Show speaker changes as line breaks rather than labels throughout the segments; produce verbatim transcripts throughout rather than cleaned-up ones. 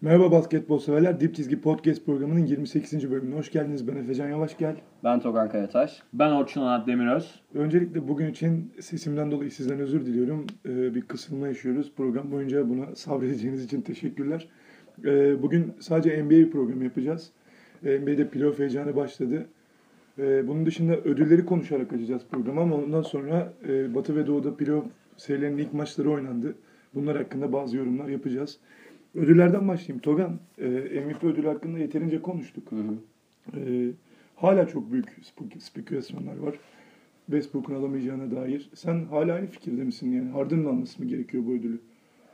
Merhaba basketbol severler. Dip Çizgi Podcast programının yirmi sekizinci bölümüne hoş geldiniz. Ben Efecan Yavaş gel.
Ben Togan Kayataş.
Ben Orçun Onat Demiröz.
Öncelikle bugün için sesimden dolayı sizden özür diliyorum. Ee, bir kısılma yaşıyoruz. Program boyunca buna sabredeceğiniz için teşekkürler. Ee, bugün sadece N B A programı yapacağız. Ee, N B A'de playoff heyecanı başladı. Ee, bunun dışında ödülleri konuşarak açacağız programı ama ondan sonra e, Batı ve Doğu'da playoff serilerinin ilk maçları oynandı. Bunlar hakkında bazı yorumlar yapacağız. Ödüllerden başlayayım. Togan, e, M V P ödülü hakkında yeterince konuştuk.
Hı hı.
E, hala çok büyük spek- spekülasyonlar var. Westbrook'un alamayacağına dair. Sen hala aynı fikirde misin? Yani Harden'ın alması mı gerekiyor bu ödülü?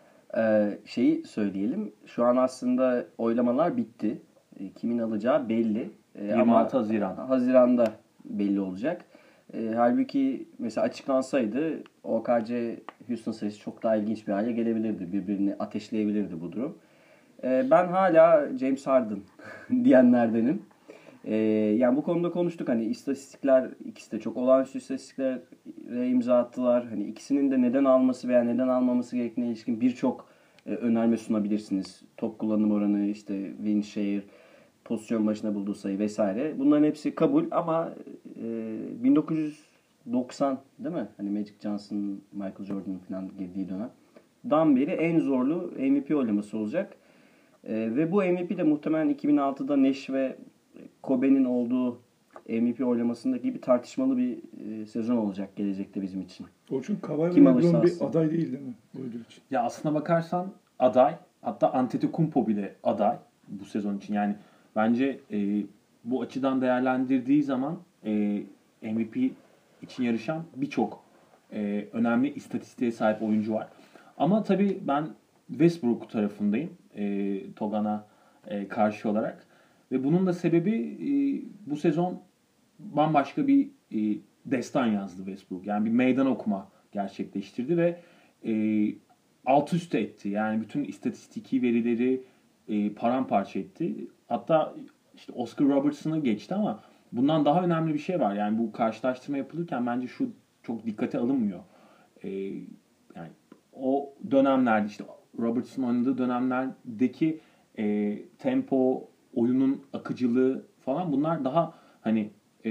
Ee, şeyi söyleyelim. Şu an aslında oylamalar bitti. Ee, kimin alacağı belli. Ee,
yirmi altı Haziran.
Haziran'da belli olacak. Ee, halbuki mesela açıklansaydı O K C Houston serisi çok daha ilginç bir hale gelebilirdi. Birbirini ateşleyebilirdi bu durum. Ee, ben hala James Harden diyenlerdenim. Ee, yani bu konuda konuştuk, hani istatistikler, ikisi de çok olağanüstü istatistiklere imza attılar. Hani ikisinin de neden alması veya neden almaması gerektiğine ilişkin birçok e, önerme sunabilirsiniz. Top kullanım oranı, işte win share, pozisyon başına bulduğu sayı vesaire. Bunların hepsi kabul ama e, bin dokuz yüz doksan değil mi? Hani Magic Johnson, Michael Jordan falan girdiği dönem. Dan beri en zorlu M V P oylaması olacak. E, ve bu M V P de muhtemelen iki bin altıda Nash ve Kobe'nin olduğu M V P oylamasında gibi tartışmalı bir e, sezon olacak gelecekte bizim için.
Orçun, Kawhi
Kim
ve
alırsa
LeBron bir
alsın.
aday değil değil mi bu ödül için?
Ya aslına bakarsan aday, hatta Antetokounmpo bile aday bu sezon için. Yani bence e, bu açıdan değerlendirdiği zaman e, M V P için yarışan birçok e, önemli istatistiğe sahip oyuncu var. Ama tabii ben Westbrook tarafındayım e, Togan'a e, karşı olarak. Ve bunun da sebebi e, bu sezon bambaşka bir e, destan yazdı Westbrook. Yani bir meydan okuma gerçekleştirdi ve e, alt üst etti. Yani bütün istatistiki verileri e, paramparça etti. Hatta işte Oscar Robertson'ı geçti ama bundan daha önemli bir şey var. Yani bu karşılaştırma yapılırken bence şu çok dikkate alınmıyor. E, yani o dönemlerde işte Robertson oynadığı dönemlerdeki e, tempo, oyunun akıcılığı falan, bunlar daha hani e,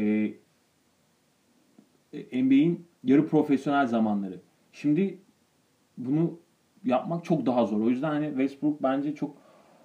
N B A'in yarı profesyonel zamanları. Şimdi bunu yapmak çok daha zor. O yüzden hani Westbrook bence çok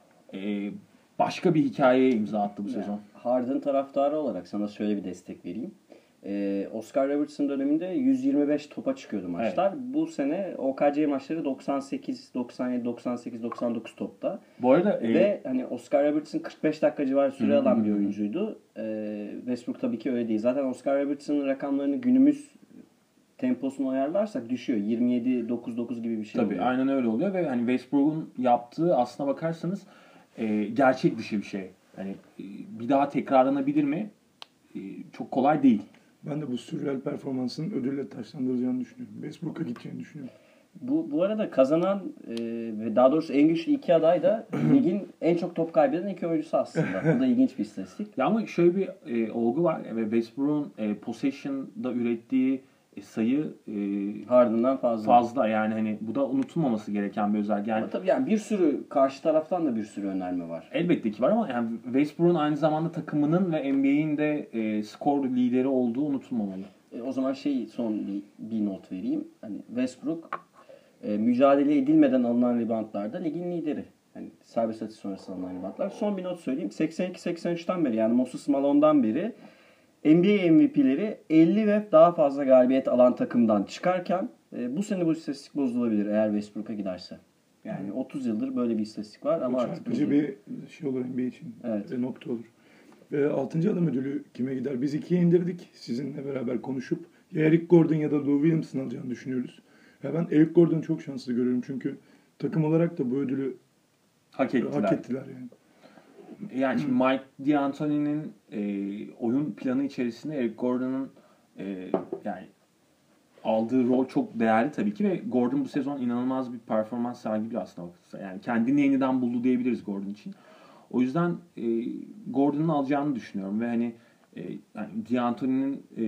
e, başka bir hikayeye imza attı bu
Yani
sezon.
Harden taraftarı olarak sana şöyle bir destek vereyim. Ee, Oscar Robertson döneminde yüz yirmi beş topa çıkıyordu maçlar. Evet. Bu sene O K C maçları doksan sekiz, doksan yedi, doksan sekiz, doksan dokuz topta.
Bu arada e,
ve hani Oscar Robertson kırk beş dakika civarı süre alan bir oyuncuydu. Ee, Westbrook tabii ki öyle değil. Zaten Oscar Robertson'ın rakamlarını günümüz temposunu ayarlarsak düşüyor. yirmi yedi dokuz dokuz gibi bir şey
tabii,
oluyor.
aynen öyle oluyor ve hani Westbrook'un yaptığı aslına bakarsanız e, gerçek dışı bir şey. Hani e, bir daha tekrarlanabilir mi? E, çok kolay değil.
Ben de bu sürreal performansın ödülle taçlandıracağını düşünüyorum. Westbrook'a gideceğini düşünüyorum.
Bu, bu arada kazanan e, ve daha doğrusu en güçlü iki aday da ligin en çok top kaybeden iki oyuncusu aslında. Bu da ilginç bir istatistik.
Ya ama şöyle bir e, olgu var ve Westbrook'un e, possession'da ürettiği e, sayı e,
Harden'dan fazla.
fazla. Yani hani bu da unutulmaması gereken bir özellik. Yani
ama tabii yani bir sürü karşı taraftan da bir sürü önerme var.
elbette ki var ama yani Westbrook'un aynı zamanda takımının ve N B A'in de e, skor lideri olduğu unutulmamalı.
E, o zaman şey son bir, bir not vereyim. Hani Westbrook e, mücadele edilmeden alınan reboundlarda ligin lideri. Yani serbest atış sonrası alınan reboundlar. Son bir not söyleyeyim. seksen iki seksen üçten beri, yani Moses Malone'dan beri N B A M V P'leri elli ve daha fazla galibiyet alan takımdan çıkarken e, bu sene bu istatistik bozulabilir eğer Westbrook'a giderse. Yani otuz yıldır böyle bir istatistik var ama artık
çarpıcı bir şey olur N B A için.
Evet.
E, nokta olur. E, altıncı adam ödülü kime gider? Biz ikiye indirdik. Sizinle beraber konuşup ya Eric Gordon ya da Lou Williams'ın alacağını düşünüyoruz. Ya ben Eric Gordon'u çok şanslı görüyorum çünkü takım olarak da bu ödülü
Hak ettiler.
hak ettiler yani.
Yani şimdi Mike D'Antoni'nin e, oyun planı içerisinde Eric Gordon'un e, yani aldığı rol çok değerli tabii ki ve Gordon bu sezon inanılmaz bir performans sergiliyor aslında. Yani kendini yeniden buldu diyebiliriz Gordon için. O yüzden e, Gordon'un alacağını düşünüyorum ve hani e, yani D'Antoni'nin e,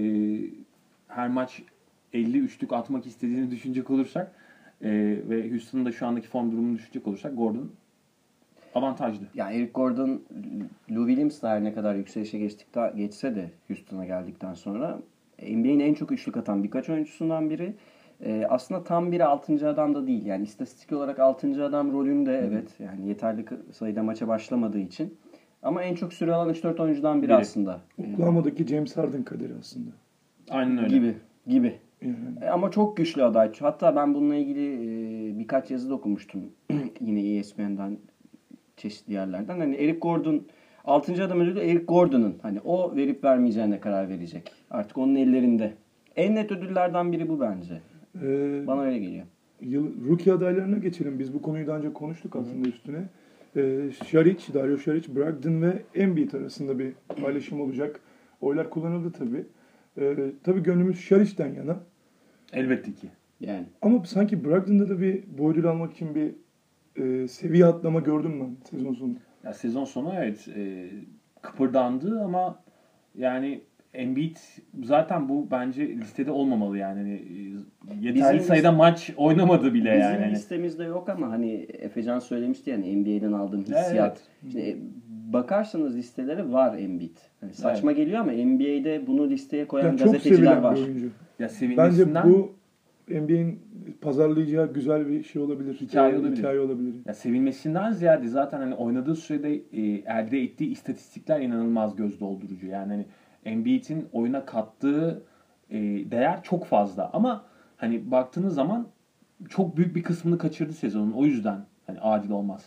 her maç elli üçlük atmak istediğini düşünecek olursak e, ve Houston'ın da şu andaki form durumunu düşünecek olursak Gordon avantajlı.
Yani Eric Gordon, Lou Williams da her ne kadar yükselişe geçtikten, geçse de Houston'a geldikten sonra N B A'in en çok üçlük atan birkaç oyuncusundan biri. Ee, aslında tam bir altıncı adam da değil. Yani istatistik olarak altıncı adam rolünde Hı. evet. Yani yeterli sayıda maça başlamadığı için. Ama en çok süre alan üç dört oyuncudan biri, biri. aslında.
Oklahoma'daki James Harden kaderi aslında.
Aynen öyle.
Gibi. Gibi.
Yani.
Ama çok güçlü aday. Hatta ben bununla ilgili e, birkaç yazı da okumuştum. Yine E S P N'den, çeşitli yerlerden. Hani Eric Gordon, altıncı adam ödülü Eric Gordon'un. Hani o verip vermeyeceğine karar verecek. Artık onun ellerinde. En net ödüllerden biri bu bence. Ee, Bana öyle geliyor.
Yıl, rookie adaylarına geçelim. Biz bu konuyu daha önce konuştuk aslında Hı. üstüne. Ee, Şaric, Dario Şaric, Brogdon ve Embiid arasında bir paylaşım olacak. Oylar kullanıldı tabii. Ee, tabii gönlümüz Şaric'ten yana.
Elbette ki.
Yani.
Ama sanki Brogdon'da da bir bu ödül almak için bir e, seviye atlama gördüm ben sezon sonu.
Ya sezon sonu evet e, kıpırdandı ama yani Embiid zaten bu bence listede olmamalı yani. yani yeterli bizim sayıda list- maç oynamadı bile
bizim
yani.
Bizim listemizde yok ama hani Efecan söylemişti yani N B A'den aldığım hissiyat. Evet. Şimdi bakarsanız listelere var Embiid. Hani saçma evet. geliyor ama N B A'de bunu listeye koyan ya gazeteciler var.
Ya bence bu N B A'in pazarlayacağı güzel bir şey olabilir.
Hikaye olabilir.
Hikaye olabilir.
Ya sevilmesinden ziyade zaten hani oynadığı sürede e, elde ettiği istatistikler inanılmaz göz doldurucu. Yani hani Embiid'in oyuna kattığı e, değer çok fazla ama hani baktığınız zaman çok büyük bir kısmını kaçırdı sezonun. O yüzden hani adil olmaz.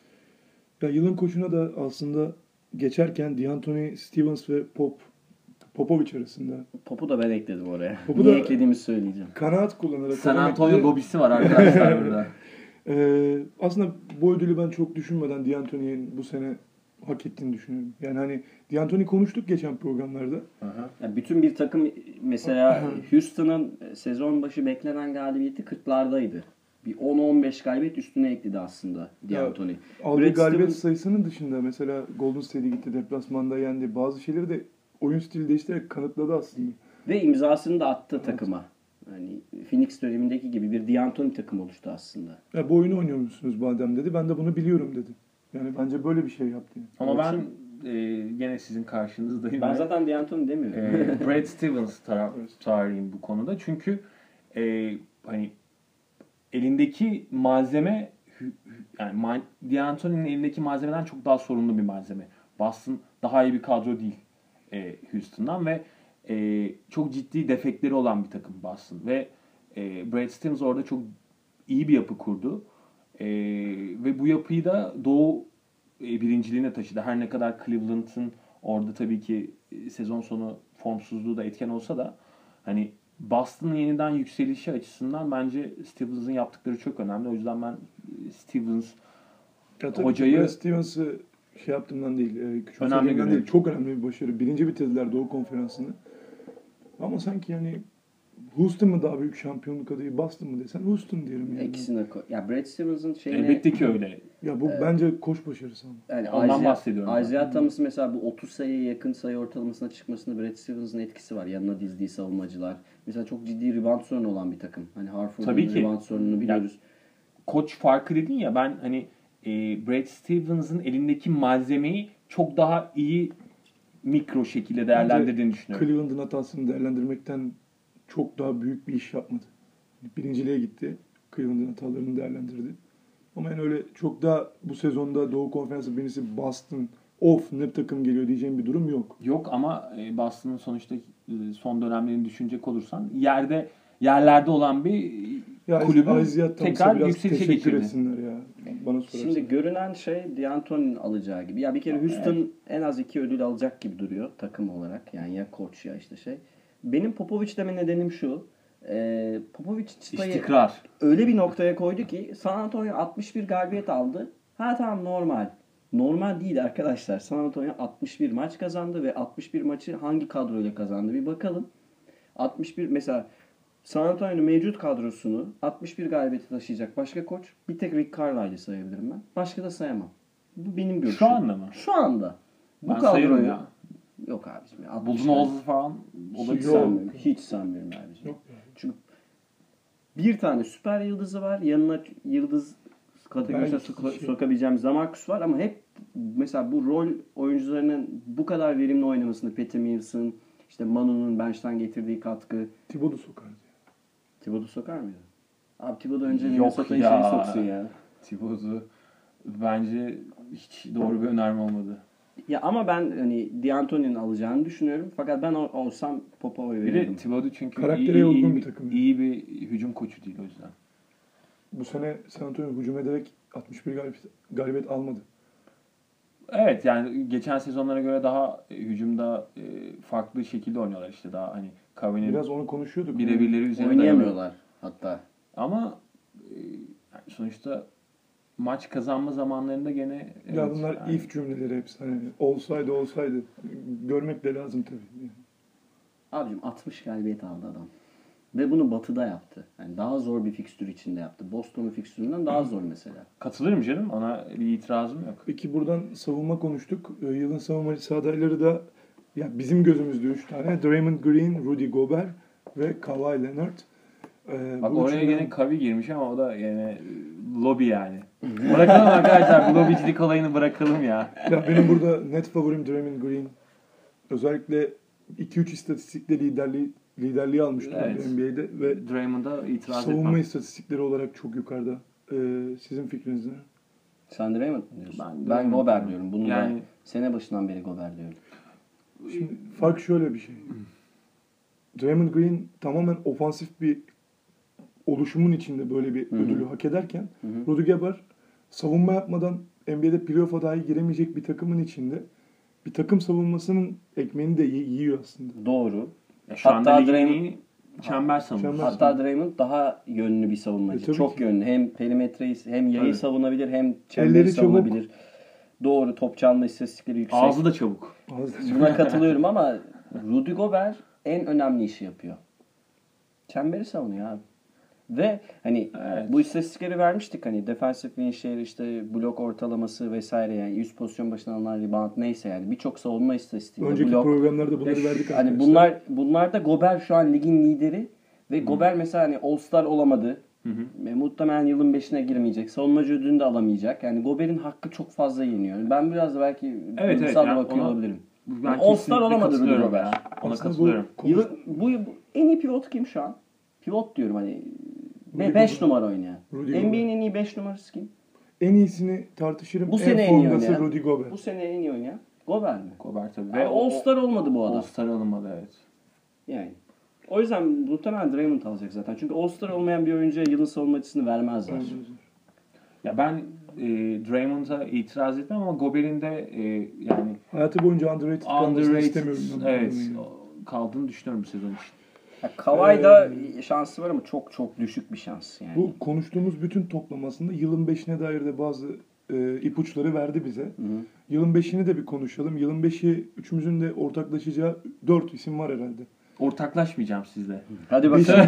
Ya yılın koçuna da aslında geçerken D'Antoni, Stevens ve Pop Popovic arasında.
Pop'u da ben ekledim oraya. Pop'u Niye eklediğimi söyleyeceğim.
Kanaat kullanarak.
San Antonio lobisi var arkadaşlar burada.
Ee, aslında bu ödülü ben çok düşünmeden D'Antoni'nin bu sene hak ettiğini düşünüyorum. Yani hani D'Antoni konuştuk geçen programlarda.
Yani bütün bir takım mesela Houston'ın sezon başı beklenen galibiyeti kırklardaydı. Bir on on beş galibiyet üstüne ekledi aslında D'Antoni.
Aldığı galibiyet Stevens... sayısının dışında mesela Golden State'e gitti, deplasmanda yendi. Bazı şeyleri de oyun stili değiştirerek kanıtladı aslında.
Ve imzasını da attı evet. takıma. Hani Phoenix dönemindeki gibi bir D'Antoni takım oluştu aslında.
Ya bu oyunu oynuyor musunuz madem dedi. Ben de bunu biliyorum dedi. Yani bence böyle bir şey yaptı.
Ama ben e, gene sizin karşınızdayım.
Ben zaten D'Antoni demiyorum.
E, Brad Stevens taraftarıyım bu konuda. Çünkü e, hani elindeki malzeme yani D'Antoni'nin elindeki malzemeden çok daha sorunlu bir malzeme. Boston daha iyi bir kadro değil e, Houston'dan ve e, çok ciddi defekleri olan bir takım Boston ve e, Brad Stevens orada çok iyi bir yapı kurdu e, ve bu yapıyı da Doğu e, birinciliğine taşıdı. Her ne kadar Cleveland'ın orada tabii ki e, sezon sonu formsuzluğu da etken olsa da hani Boston'ın yeniden yükselişi açısından bence Stevens'ın yaptıkları çok önemli. O yüzden ben Stevens
ya
hocayı
Stevens'ı şey yaptığımdan değil, önemli değil, çok önemli bir başarı. Birinci bitirdiler Doğu Konferansı'nı. Ama sanki yani Houston mı daha büyük şampiyonluk adayı, Boston mı desen Houston diyelim yani.
İkisine koy. Ya Brad Stevens'ın şeyine...
Elbette ki öyle.
Ya bu ee, bence koç başarısı ama.
Yani ondan Isaiah, bahsediyorum. Isaiah Thomas mesela bu otuz sayıya yakın sayı ortalamasına çıkmasında Brad Stevens'ın etkisi var. Yanına dizdiği savunmacılar. Mesela çok ciddi rebound sorunu olan bir takım. Hani Harford'un rebound sorununu biliyoruz.
Yani, koç farkı dedin ya ben hani e, Brad Stevens'ın elindeki malzemeyi çok daha iyi mikro şekilde değerlendirdiğini bence düşünüyorum.
Cleveland'ın hatasını değerlendirmekten çok daha büyük bir iş yapmadı. Birinciliğe gitti. Cleveland'ın hatalarını değerlendirdi. Ama yani öyle çok da bu sezonda Doğu Konferansı birincisi Boston of ne takım geliyor diyeceğim bir durum yok.
Yok ama Boston'ın sonuçta son dönemlerini düşünecek olursan yerde yerlerde olan bir
ya
kulübü tekrar yükselişe geçirdi.
Ya, bana
şimdi görünen şey D'Antoni'nin alacağı gibi. Ya bir kere Houston evet. en az iki ödül alacak gibi duruyor takım olarak. Yani ya koç ya işte şey. Benim Popovic deme nedenim şu. Ee, Popovic çıtayı
İstikrar.
öyle bir noktaya koydu ki San Antonio altmış bir galibiyet aldı. Ha tamam normal. Normal değil arkadaşlar. San Antonio altmış bir maç kazandı ve altmış bir maçı hangi kadroyla kazandı bir bakalım. altmış bir mesela San Antonio'nun mevcut kadrosunu altmış bir galibiyete taşıyacak başka koç bir tek Rick Carlisle'ı sayabilirim ben. Başka da sayamam. Bu benim görüşüm.
Şu anda mı?
Şu anda. Bu
ben
kadroyu ya. Yok abicim.
Buldunozlu falan
hiç sanmıyorum. Hiç sanmıyorum abicim. Yok. Çünkü bir tane süper yıldızı var. Yanına yıldız kategorisine
Belki
soka-
şey-
sokabileceğimiz Lamarcus var ama hep mesela bu rol oyuncularının bu kadar verimli oynamasını, Patty Mills'ın, işte Manu'nun bench'ten getirdiği katkı.
Thibodeau sokardı.
Thibodeau sokar mıydı? Abi Thibodeau önce
Yok
Minnesota'yı
ya.
şey soksun ya.
Thibodeau bence hiç doğru bir önerme olmadı.
Ya ama ben hani D'Antoni'nin alacağını düşünüyorum. Fakat ben ol- olsam Pop'a oy
Bir
verirdim.
de Thibodeau çünkü
Karaktere
iyi,
uygun
iyi,
bir takım.
iyi bir hücum koçu değil o yüzden.
Bu sene San Antonio hücum ederek altmış bir galibiyet, galibiyet almadı.
Evet yani geçen sezonlara göre daha e, hücumda e, farklı şekilde oynuyorlar işte daha hani Kavani'nin
Biraz onu konuşuyorduk.
birebirleri üzerine
Oynayamıyorlar hatta.
ama e, yani sonuçta maç kazanma zamanlarında gene
Ya
evet,
bunlar
yani-
if cümleleri hepsi. Hani olsaydı olsaydı. Görmek de lazım tabii.
Abicim altmış galibiyet aldı adam. Ve bunu Batı'da yaptı. Yani daha zor bir fikstür içinde yaptı. Boston'un fikstüründen daha zor mesela.
Katılırım canım. Ona bir itirazım yok.
Peki buradan savunma konuştuk. Ee, Yılın savunmacısı adayları da ya bizim gözümüzde üç tane. Draymond Green, Rudy Gobert ve Kawhi Leonard. Ee,
Bak
bu
oraya
üçünden-
gene Kavi girmiş ama o da yine lobi yani. Bırakalım arkadaşlar. Bu lobicilik olayını bırakalım ya.
Ya benim burada net favorim Draymond Green. Özellikle iki üç istatistikle liderliği liderliği almışlar
Evet.
N B A'de ve
Draymond'a itiraz
savunma
etmem.
istatistikleri olarak çok yukarıda. Ee, sizin fikriniz ne?
Sen Draymond mu diyorsun?
Ben
Ben,
Draymond
Gobert
diyorum.
diyorum. Bunu
Yani-
da sene başından beri Gobert diyorum.
Şimdi fark şöyle bir şey. Draymond Green tamamen ofansif bir oluşumun içinde böyle bir
Hı hı.
ödülü hak ederken
Hı hı.
Rudy Gobert savunma yapmadan N B A'de playoff'a dahi giremeyecek bir takımın içinde bir takım savunmasının ekmeğini de yi- yiyor aslında.
Doğru.
Ya şu
Hatta
anda ligin
Draymond-
en iyi çember savunucusu.
Çember-
Hatta Draymond daha yönlü bir savunmacı.
E, tabii
Çok
ki.
yönlü. Hem perimetreyi hem yayı
Tabii.
savunabilir hem çemberi
Elleri çabuk.
savunabilir. Doğru. Top çalma istatistikleri yüksek.
Ağzı da çabuk.
Ağzı-
Buna katılıyorum ama Rudy Gobert en önemli işi yapıyor. Çemberi savunuyor abi. Ve hani
Evet.
bu istatistikleri vermiştik hani defensive win share işte blok ortalaması vesaire yani yüz pozisyon başına alınan rebound neyse yani birçok savunma istatistiğinde
Önceki
blok
programlarda bunları verdik
hani
arkadaşlar.
bunlar bunlar da Gobert şu an ligin lideri ve Gobert mesela hani All-Star olamadı.
Hı hı.
Ve muhtemelen yılın beşine girmeyecek. Savunmacı ödülünü de alamayacak. Yani Gobert'in hakkı çok fazla yeniyor. Ben biraz da belki
Evet,
duygusal
evet,
da
yani
bakıyor
ona-
olabilirim.
Ben
All-Star
kesinlikle
olamadı Rudy
katılıyorum
Gobert.
ya. Ona
Aslında bu
katılıyorum.
konuş-
Yılın, bu, bu en iyi pivot kim şu an? Pivot diyorum hani.
Rudy
beş
Gobert.
numara oynayan.
Rudy
N B A'nin
Gobert.
en iyi beş numarası kim?
En iyisini tartışırım.
Bu sene
en
en iyi
formdası
oynayan.
Rudy Gobert.
Bu sene en iyi oynayan. Gobert mi?
Gobert tabii.
Ve All-Star olmadı bu adam.
All-Star alınmadı evet.
Yani. O yüzden muhtemelen Draymond alacak zaten. Çünkü All-Star olmayan bir oyuncuya yılın savunmacısını vermezler.
Ya ben e, Draymond'a itiraz etmem ama Gobert'in de e, yani
Hayatı boyunca underrated kalmasını
underrated
istemiyorum. ben bu
evet,
adamın yani.
o- kaldığını düşünüyorum bu sezon için.
Ya Kawhi'da şansı var ama çok çok düşük bir şans yani.
Bu konuştuğumuz bütün toplamasında yılın beşine dair de bazı e, ipuçları verdi bize.
Hı hı.
Yılın beşini de bir konuşalım. Yılın beşi üçümüzün de ortaklaşacağı dört isim var herhalde.
Ortaklaşmayacağım sizle.
Hadi
Beşinci-
bakalım.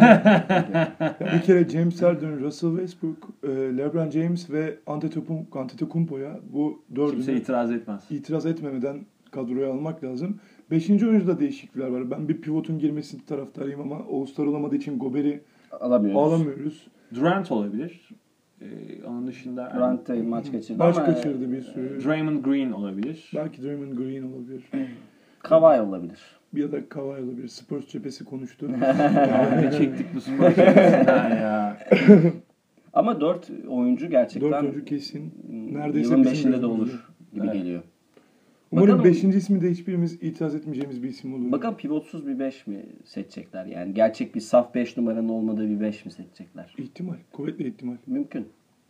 Ya bir kere James Harden, Russell Westbrook, e, LeBron James ve Antetokounmpo- Antetokounmpo'ya bu
Kimse
dördünü
itiraz etmez.
itiraz etmemeden kadroya almak lazım. Beşinci oyuncuda değişiklikler var. Ben bir pivotun girmesi taraftarıyım ama All-Star olamadığı için Gobert'i
Alamıyoruz.
alamıyoruz.
Durant olabilir. Ee, onun dışında
Durant da maç kaçırdı
Maç
ama
kaçırdı bir sürü.
Draymond Green olabilir.
Belki Draymond Green olabilir.
Kawhi olabilir.
Ya da Kawhi olabilir. Spurs cephesi konuştu.
Ya ne çektik bu spor cephesinden ya.
Ama dört oyuncu gerçekten
Dört oyuncu kesin. Neredeyse
yılın
bizim
beşinde de
gözümüzde.
olur gibi
Evet.
geliyor.
Umarım
Bakalım-
beşinci ismi de hiçbirimiz itiraz etmeyeceğimiz bir isim olur.
Bakalım pivotsuz bir beş mi seçecekler? Yani gerçek bir saf beş numaranın olmadığı bir beş mi seçecekler?
İhtimal. Kuvvetli ihtimal.
Mümkün.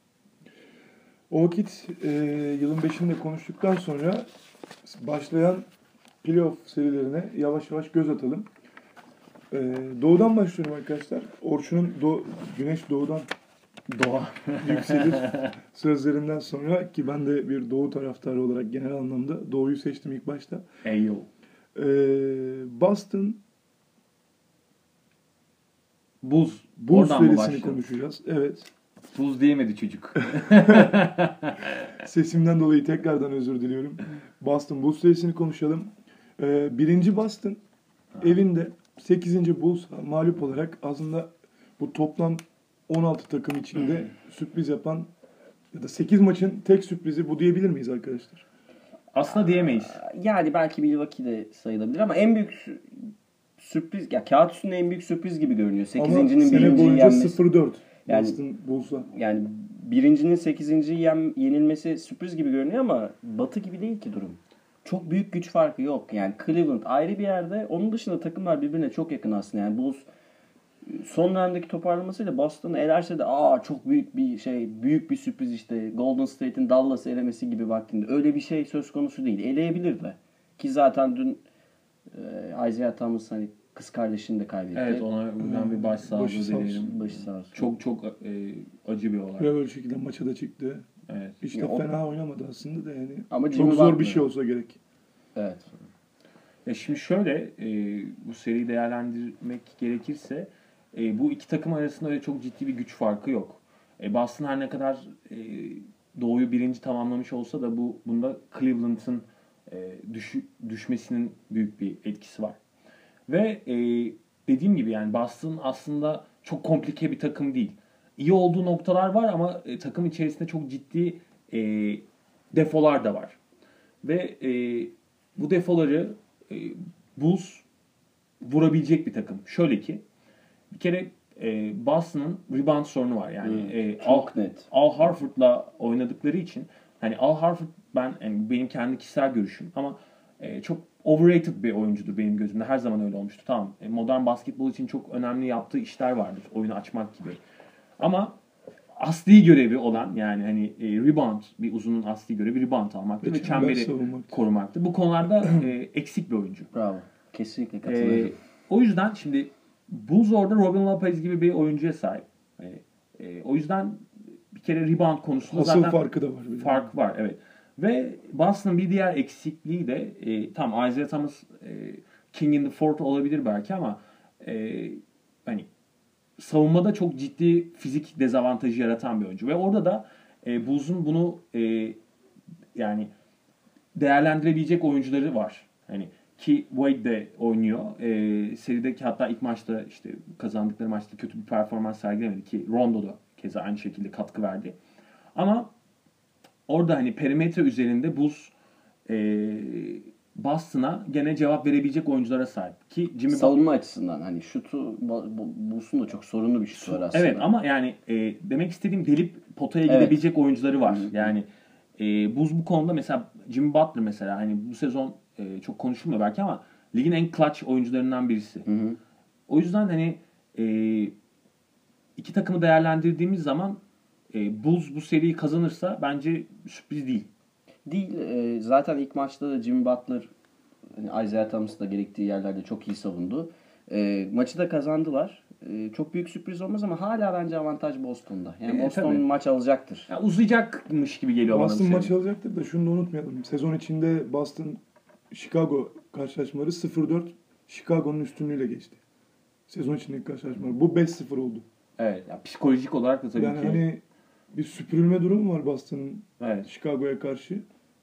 O vakit e, yılın beşinde konuştuktan sonra başlayan playoff serilerine yavaş yavaş göz atalım. E, doğudan başlıyorum arkadaşlar. Orçun'un doğ, güneş doğudan
Doğa.
yükselir sözlerinden sonra ki ben de bir doğu taraftarı olarak genel anlamda doğuyu seçtim ilk başta.
Eyo.
E, Boston
Buz.
Bulls
Oradan mı
serisini
başlayalım?
konuşacağız. Evet.
Buz diyemedi çocuk.
Sesimden dolayı tekrardan özür diliyorum. Boston Bulls serisini konuşalım. Ee, birinci Boston evinde sekizinci Bulls mağlup olarak aslında bu toplam on altı takım içinde sürpriz yapan Ya da sekiz maçın tek sürprizi bu diyebilir miyiz arkadaşlar?
Aslında diyemeyiz.
Yani belki Milwaukee de sayılabilir ama en büyük sü- sürpriz, ya kağıt üstünde en büyük sürpriz gibi görünüyor.
Ama
sekizincinin
sene
birinciyi
boyunca
yenmesi.
sıfır dört.
Yani-
Boston Bulls'a.
Yani birincinin sekizinciyi yen, yenilmesi sürpriz gibi görünüyor ama Batı gibi değil ki durum. Çok büyük güç farkı yok. Yani Cleveland ayrı bir yerde. Onun dışında takımlar birbirine çok yakın aslında. Yani Bulls son dönemdeki toparlamasıyla Boston'ı elerse de aa çok büyük bir şey, büyük bir sürpriz işte Golden State'in Dallas'ı elemesi gibi vaktinde. Öyle bir şey söz konusu değil. Eleyebilir de. Ki zaten dün e, Isaiah Thomas hani kız kardeşini de kaybetti.
Evet, ona buradan bir başsağlığı
Başı sağ olsun.
dileyelim.
Başı sağ olsun.
Çok çok e, acı bir olay.
Ve böyle şekilde maça da çıktı.
Evet.
Hiç de
Ya o-
fena oynamadı aslında da yani.
Ama
Çok
Jimmy
zor
Butler.
bir şey olsa gerek.
Evet.
Ya şimdi şöyle e, bu seriyi değerlendirmek gerekirse e, bu iki takım arasında öyle çok ciddi bir güç farkı yok. E, Boston her ne kadar e, Doğu'yu birinci tamamlamış olsa da bu bunda Cleveland'ın e, düş, düşmesinin büyük bir etkisi var. Ve e, dediğim gibi yani Boston aslında çok komplike bir takım değil. İyi olduğu noktalar var ama e, takım içerisinde çok ciddi e, defolar da var. Ve e, bu defoları e, Bulls vurabilecek bir takım. Şöyle ki bir kere e, Boston'ın rebound sorunu var. Yani
Hmm,
e, Al,
çok net.
Al Horford'la oynadıkları için hani Al Horford ben yani benim kendi kişisel görüşüm ama e, çok overrated bir oyuncudur benim gözümde. Her zaman öyle olmuştu. Tamam. E, modern basketbol için çok önemli yaptığı işler vardır. Oyunu açmak gibi. Ama asli görevi olan yani hani e, rebound bir uzunun asli görevi rebound almaktır ve,
Ve çember
çemberi
savunmaktır.
korumaktır. Bu konularda e, eksik bir oyuncu.
Bravo. Kesinlikle katılıyorum.
Ee, o yüzden şimdi Bulls orada Robin Lopez gibi bir oyuncuya sahip. Ee, e, o yüzden bir kere rebound konusunda
Asıl
zaten
farkı da var. bir de.
fark var. Evet. Ve Boston'ın bir diğer eksikliği de e, tam Isaiah Thomas e, King in the Fourth olabilir belki ama e, hani savunmada çok ciddi fizik dezavantajı yaratan bir oyuncu. Ve orada da e, Bulls'un bunu e, yani değerlendirebilecek oyuncuları var. Hani ki Wade de oynuyor. E, serideki hatta ilk maçta işte kazandıkları maçta kötü bir performans sergilemedi ki Rondo da keza aynı şekilde katkı verdi. Ama orada hani perimetre üzerinde Bulls e, Boston'a gene cevap verebilecek oyunculara sahip. Ki Jimmy
Savunma açısından hani şutu Bulls'un da çok sorunlu bir şutu var aslında.
Evet ama yani e, demek istediğim delip potaya
Evet.
gidebilecek oyuncuları var.
Hı hı.
Yani e, Bulls bu konuda mesela Jimmy Butler mesela hani bu sezon e, çok konuşulmuyor belki ama ligin en clutch oyuncularından birisi.
Hı hı.
O yüzden hani e, iki takımı değerlendirdiğimiz zaman e, Bulls bu seriyi kazanırsa bence sürpriz değil.
Değil. e, zaten ilk maçta da Jimmy Butler hani Isaiah Thomas da gerektiği yerlerde çok iyi savundu. E, maçı da kazandılar. E, çok büyük sürpriz olmaz ama hala bence avantaj Boston'da. Yani
E,
Boston
tabii.
maç alacaktır.
Yani uzayacakmış gibi geliyor bana bu
Boston
seri.
maç alacaktır da şunu da unutmayalım. Sezon içinde Boston Chicago karşılaşmaları sıfır dört Chicago'nun üstünlüğüyle geçti. Sezon içindeki karşılaşmalar. Bu beş sıfır oldu.
Evet. Yani psikolojik olarak da tabii
yani
ki.
hani bir süpürülme durumu var Boston'ın
Evet.
Chicago'ya karşı.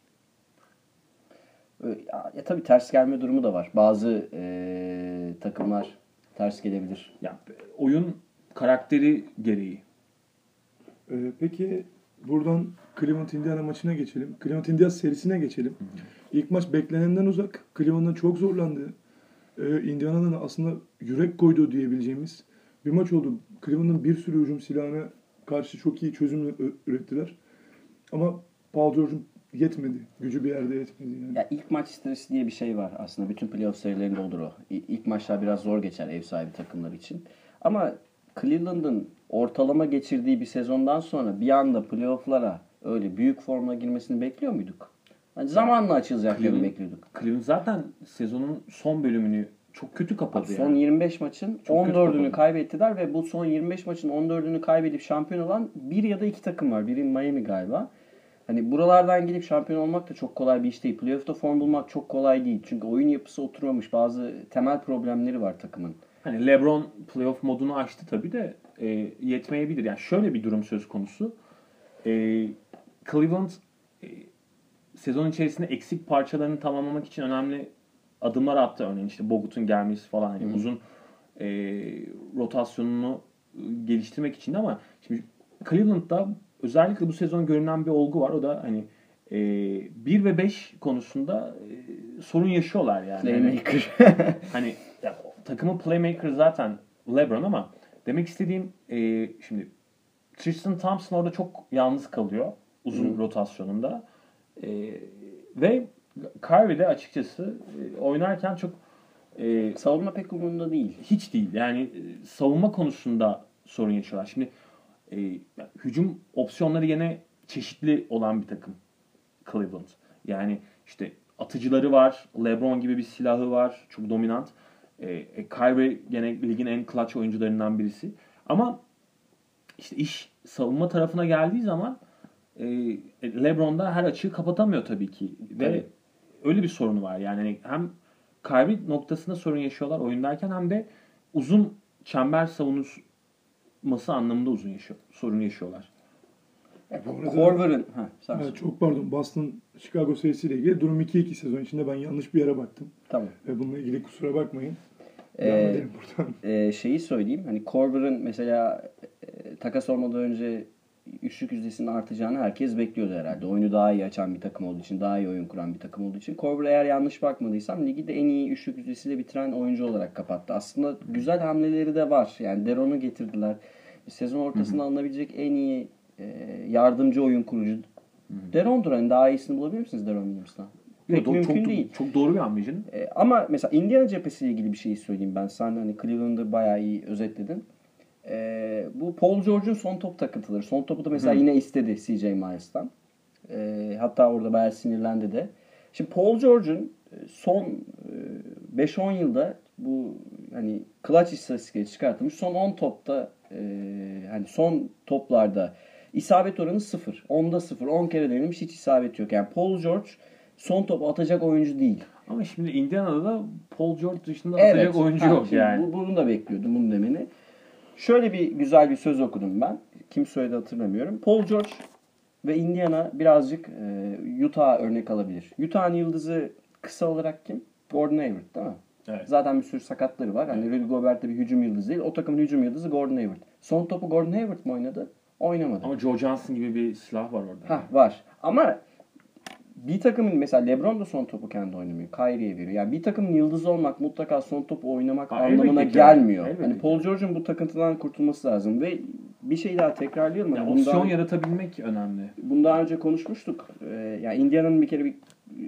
E, ya, ya tabii ters gelme durumu da var. Bazı e, takımlar ters gelebilir.
Yani oyun karakteri gereği.
Ee, peki buradan Cleveland Indiana maçına geçelim. Cleveland Indiana serisine geçelim. İlk maç beklenenden uzak. Cleveland'ın çok zorlandığı, ee, Indiana'nın aslında yürek koyduğu diyebileceğimiz bir maç oldu. Cleveland'ın bir sürü hücum silahına karşı çok iyi çözüm ü- ürettiler. Ama Paul George'un yetmedi. Gücü bir yerde yetmedi yani.
Ya ilk maç stresi diye bir şey var aslında. Bütün playoff serilerinde olur o. İ- İlk maçlar biraz zor geçer ev sahibi takımlar için. Ama Cleveland'ın ortalama geçirdiği bir sezondan sonra bir anda playoff'lara öyle büyük formla girmesini bekliyor muyduk? Hani zamanla açılacak diye
Cleveland-
bekliyorduk.
Cleveland zaten sezonun son bölümünü çok kötü kapadı
Son
yani.
yirmi beş maçın
Çok kötü
on dördünü
kapadı.
kaybettiler ve bu son yirmi beş maçın on dördünü kaybedip şampiyon olan bir ya da iki takım var. Biri Miami galiba. Hani buralardan gelip şampiyon olmak da çok kolay bir iş değil. Playoff'ta form bulmak çok kolay değil. Çünkü oyun yapısı oturmamış. Bazı temel problemleri var takımın.
Hani LeBron playoff modunu açtı tabii de e, yetmeyebilir. Yani şöyle bir durum söz konusu. E, Cleveland e, sezon içerisinde eksik parçalarını tamamlamak için önemli adımlar attı. Örneğin işte Bogut'un gelmesi falan. Hani
Hı.
uzun e, rotasyonunu geliştirmek için de ama şimdi Cleveland'da özellikle bu sezon görünen bir olgu var. O da hani e, bir ve beş konusunda e, sorun yaşıyorlar yani.
Playmaker.
Hani ya, takımın playmaker zaten LeBron ama demek istediğim e, şimdi Tristan Thompson orada çok yalnız kalıyor uzun
Hı.
rotasyonunda. E, ve Kyrie de açıkçası e, oynarken çok e,
Savunma pek umurunda değil.
hiç değil. Yani e, savunma konusunda sorun yaşıyorlar. Şimdi e, yani hücum opsiyonları yine çeşitli olan bir takım Cleveland. Yani işte atıcıları var. LeBron gibi bir silahı var. Çok dominant. E, e, Kyrie gene ligin en clutch oyuncularından birisi. Ama işte iş savunma tarafına geldiği zaman e, LeBron da her açığı kapatamıyor tabii ki. Ve
Tabii.
öyle bir sorunu var. Yani hani hem Kyrie noktasında sorun yaşıyorlar oyundayken hem de uzun çember savunması anlamında uzun yaşıyor, sorun yaşıyorlar.
Bu arada-
Korver'ın ha, sen
Ha,
söyle.
çok pardon. Boston Chicago serisiyle ilgili durum iki iki sezon içinde ben yanlış bir yere baktım.
Tamam.
Ve bununla ilgili kusura bakmayın.
Ee,
Devam edelim buradan.
Ee, şeyi söyleyeyim. Hani Korver'ın mesela e, takas olmadan önce üçlük yüzdesinin artacağını herkes bekliyordu herhalde. Oyunu daha iyi açan bir takım olduğu için, daha iyi oyun kuran bir takım olduğu için. Korver eğer yanlış bakmadıysam ligi de en iyi üçlük yüzdesiyle bitiren oyuncu olarak kapattı. Aslında güzel hamleleri de var. Yani Deron'u getirdiler. Sezon ortasında alınabilecek en iyi e, yardımcı oyun kurucu Deron'dur. Hani daha iyisini bulabilir misiniz Deron Williams'tan? Pek
Çok-
mümkün
çok,
değil.
Çok doğru bir hamle canım.
E, ama mesela Indiana cephesiyle ilgili bir şey söyleyeyim ben. Sen hani Cleveland'ı bayağı iyi özetledin. E, bu Paul George'un son top takıntıları. Son topu da mesela
Hı.
yine istedi C J Miles'tan. E, hatta orada bayağı sinirlendi de. Şimdi Paul George'un e, son e, beş on yılda bu hani clutch istatistikleri çıkartılmış. Son on topta e, hani son toplarda isabet oranı sıfır. onda sıfır. on kere denilmiş hiç isabet yok. Yani Paul George son topu atacak oyuncu değil.
Ama şimdi Indiana'da da Paul George dışında
Evet.
atacak oyuncu
Ha,
yok
şimdi
yani.
Bu, bunu da bekliyordum bunu demeni. Şöyle bir güzel bir söz okudum ben. Kim söyledi hatırlamıyorum. Paul George ve Indiana birazcık e, Utah örnek alabilir. Utah'ın yıldızı kısa olarak kim? Gordon Hayward değil mi?
Evet.
Zaten bir sürü sakatları var. Hani Rudy Gobert de bir hücum yıldızı değil. O takımın hücum yıldızı Gordon Hayward. Son topu Gordon Hayward mı oynadı? Oynamadı.
Ama Joe Johnson gibi bir silah var orada.
Ha var. Ama bir takımın mesela LeBron da son topu kendi oynamıyor. Kyrie'ye veriyor. Yani bir takımın yıldızı olmak mutlaka son topu oynamak
Ha,
anlamına
elbette ki.
gelmiyor.
Elbette
Hani
ki.
Paul George'un bu takıntıdan kurtulması lazım ve bir şey daha tekrarlayalım.
Yani
Hani bundan,
opsiyon yaratabilmek önemli.
bunu daha önce konuşmuştuk. Ee, yani Indiana'nın bir kere bir e,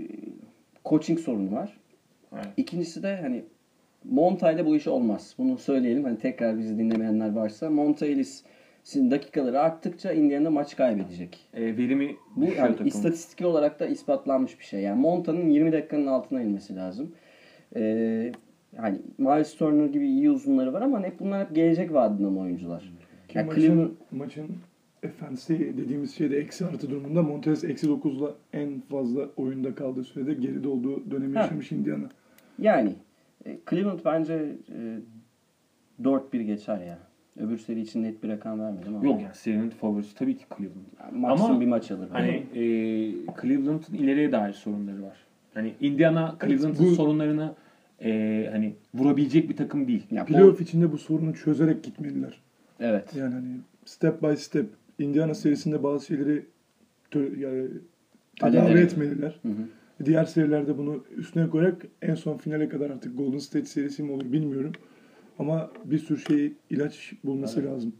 coaching sorunu var.
Evet.
İkincisi de hani Monta ile bu iş olmaz. Bunu söyleyelim. Hani tekrar bizi dinlemeyenler varsa Monta Ellis'in dakikaları arttıkça Indiana maç kaybedecek.
E, verimi
Bu
düşüyor
yani
takımın.
istatistik olarak da ispatlanmış bir şey. Yani Monta'nın yirmi dakikanın altına inmesi lazım. Ee, yani Miles Turner gibi iyi uzunları var ama hep bunlar hep gelecek vadeden oyuncular.
Ki
Yani
maçın,
Cleveland-
maçın efendisi dediğimiz şeyde eksi artı durumunda Montrez eksi dokuzla en fazla oyunda kaldığı sürede geride olduğu dönemi
Ha.
yaşamış Indiana.
Yani e, Cleveland bence e, dört bir geçer ya. Öbür seri için net bir rakam vermedim ama.
Yok yani serinin favorisi tabii ki Cleveland.
Yani maksimum
Ama
bir maç alır.
Hani e, Cleveland'ın ileriye dair sorunları var. Hani Indiana Cleveland'ın
bu-
sorunlarını e, hani vurabilecek bir takım değil.
Ya,
Playoff içinde bu sorunu çözerek gitmeliler.
evet.
Yani hani step by step Indiana serisinde bazı şeyleri tö- yani tedavi
Halledelim.
etmeliler.
Hı hı.
Diğer serilerde bunu üstüne koyarak en son finale kadar artık Golden State serisi mi olur bilmiyorum. Ama bir sürü şey ilaç bulması
Evet.
lazım.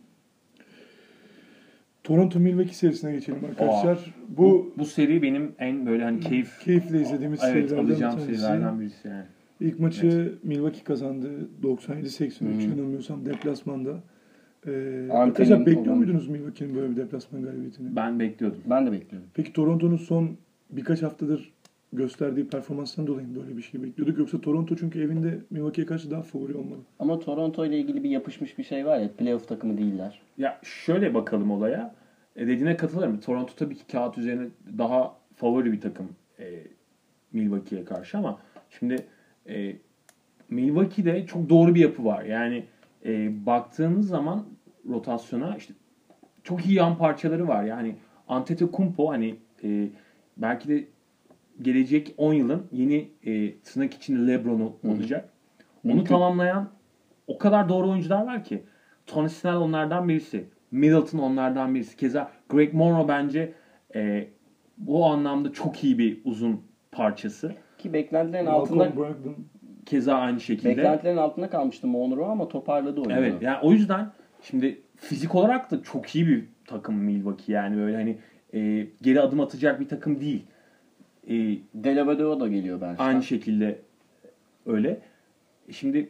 Toronto Milwaukee serisine geçelim arkadaşlar.
Bu,
Bu
bu seri benim en böyle hani keyif
keyifle izlediğimiz
evet,
serilerden bir
alacağım
tanesi.
serilerden birisi yani.
İlk maçı Milwaukee kazandı. doksan yedi seksen üç
Hı.
yanılmıyorsam deplasmanda. Ee,
Antrenman
arkadaşlar bekliyor
olan-
muydunuz Milwaukee'nin böyle bir deplasman galibiyetini?
Ben bekliyordum.
Ben de bekliyorum.
Peki Toronto'nun son birkaç haftadır gösterdiği performanstan dolayı mı böyle bir şey bekliyorduk? Yoksa Toronto çünkü evinde Milwaukee'ye karşı daha favori olmalı.
Ama Toronto ile ilgili bir yapışmış bir şey var ya. Playoff takımı değiller.
Ya şöyle bakalım olaya. E, dediğine katılırım. Toronto tabii ki kağıt üzerine daha favori bir takım e, Milwaukee'ye karşı ama şimdi e, Milwaukee'de çok doğru bir yapı var. Yani e, baktığınız zaman rotasyona işte çok iyi yan parçaları var. Yani Antetokounmpo hani e, belki de gelecek on yılın yeni e, tırnak içinde LeBron'u
Hı hı.
olacak. Onu
Mümkün.
tamamlayan o kadar doğru oyuncular var ki. Tony Snell onlardan birisi. Middleton onlardan birisi. Keza Greg Monroe bence e, bu anlamda çok iyi bir uzun parçası.
Ki beklentilerin
Malcolm
altında
Brogdon.
Keza aynı şekilde.
beklentilerin altında kalmıştı Monroe ama toparladı oyunu.
Evet. Yani o yüzden şimdi fizik olarak da çok iyi bir takım Milwaukee. Yani böyle hani e, geri adım atacak bir takım değil. E,
Delavadova da geliyor bence.
aynı şekilde öyle. Şimdi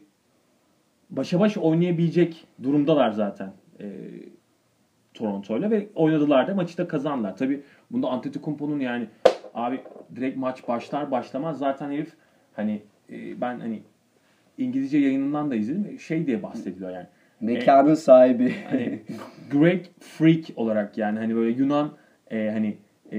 başa baş oynayabilecek durumdalar zaten e, Toronto'yla ve oynadılar da maçı da kazandılar. Tabii bunda Antetokounmpo'nun yani abi direkt maç başlar başlamaz zaten herif hani e, ben hani İngilizce yayınından da izledim şey diye bahsediyor yani.
Mekanın sahibi.
Hani Great Freak olarak yani hani böyle Yunan e, hani e,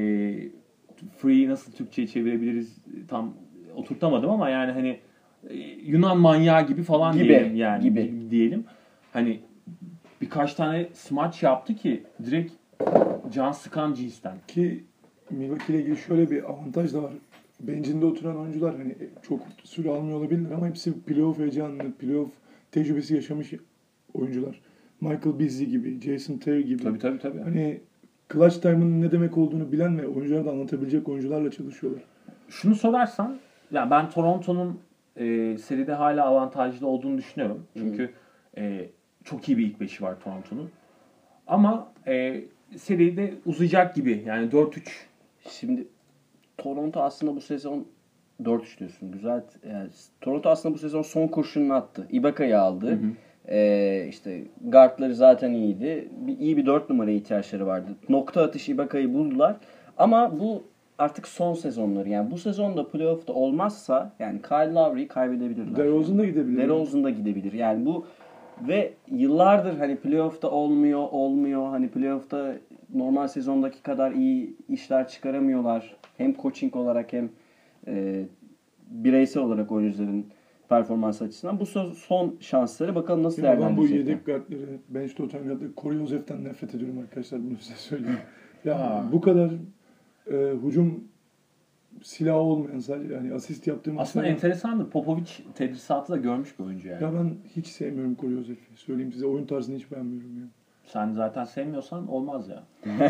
free nasıl Türkçe'ye çevirebiliriz tam oturtamadım ama yani hani e, Yunan manyağı gibi falan
Gibi,
diyelim yani
gibi.
gibi diyelim. Hani birkaç tane smaç yaptı ki direkt can sıkan cinsten.
Ki Milwaukee ile ilgili şöyle bir avantaj da var. Bencinde oturan oyuncular hani çok süre almıyor olabilirler ama hepsi playoff heyecanlı, playoff tecrübesi yaşamış oyuncular. Michael Beasley gibi, Jason Terry gibi.
Tabii tabii tabii.
Hani clutch time'ın ne demek olduğunu bilen ve oyunculara da anlatabilecek oyuncularla çalışıyorlar.
Şunu sorarsan ya ben Toronto'nun e, seride hala avantajlı olduğunu düşünüyorum. Çünkü e, çok iyi bir ilk beşi var Toronto'nun. Ama e, seride uzayacak gibi. Yani dört üç.
Şimdi Toronto aslında bu sezon dört üç diyorsun. Güzel. Yani Toronto aslında bu sezon son kurşununu attı. Ibaka'yı aldı.
Hı hı.
Ee, işte guardları zaten iyiydi. Bir, iyi bir dört numaraya ihtiyaçları vardı. Nokta atış Ibaka'yı buldular. Ama bu artık son sezonları. Yani bu sezonda playoff'ta olmazsa yani Kyle Lowry'yi kaybedebilirler.
DeRozan da gidebilir.
DeRozan da gidebilir. Yani bu ve yıllardır hani playoff'ta olmuyor, olmuyor. Hani playoff'ta normal sezondaki kadar iyi işler çıkaramıyorlar. Hem coaching olarak hem e, bireysel olarak oyuncuların performans açısından. Bu son, son şansları bakalım nasıl
Ya ben bu
değerlendirecekler.
yedek guardları, bench'te oturan guardları, Corey Joseph'ten nefret ediyorum arkadaşlar, bunu size söyleyeyim. Ya
Aa.
bu kadar e, hücum silahı olmayan sadece yani asist yaptığım
Aslında
mesela-
enteresandır. Popovic tedrisatı da görmüş bir oyuncu yani.
Ya ben hiç sevmiyorum Corey Joseph'i. Söyleyeyim size, oyun tarzını hiç beğenmiyorum ya.
Sen zaten sevmiyorsan olmaz ya.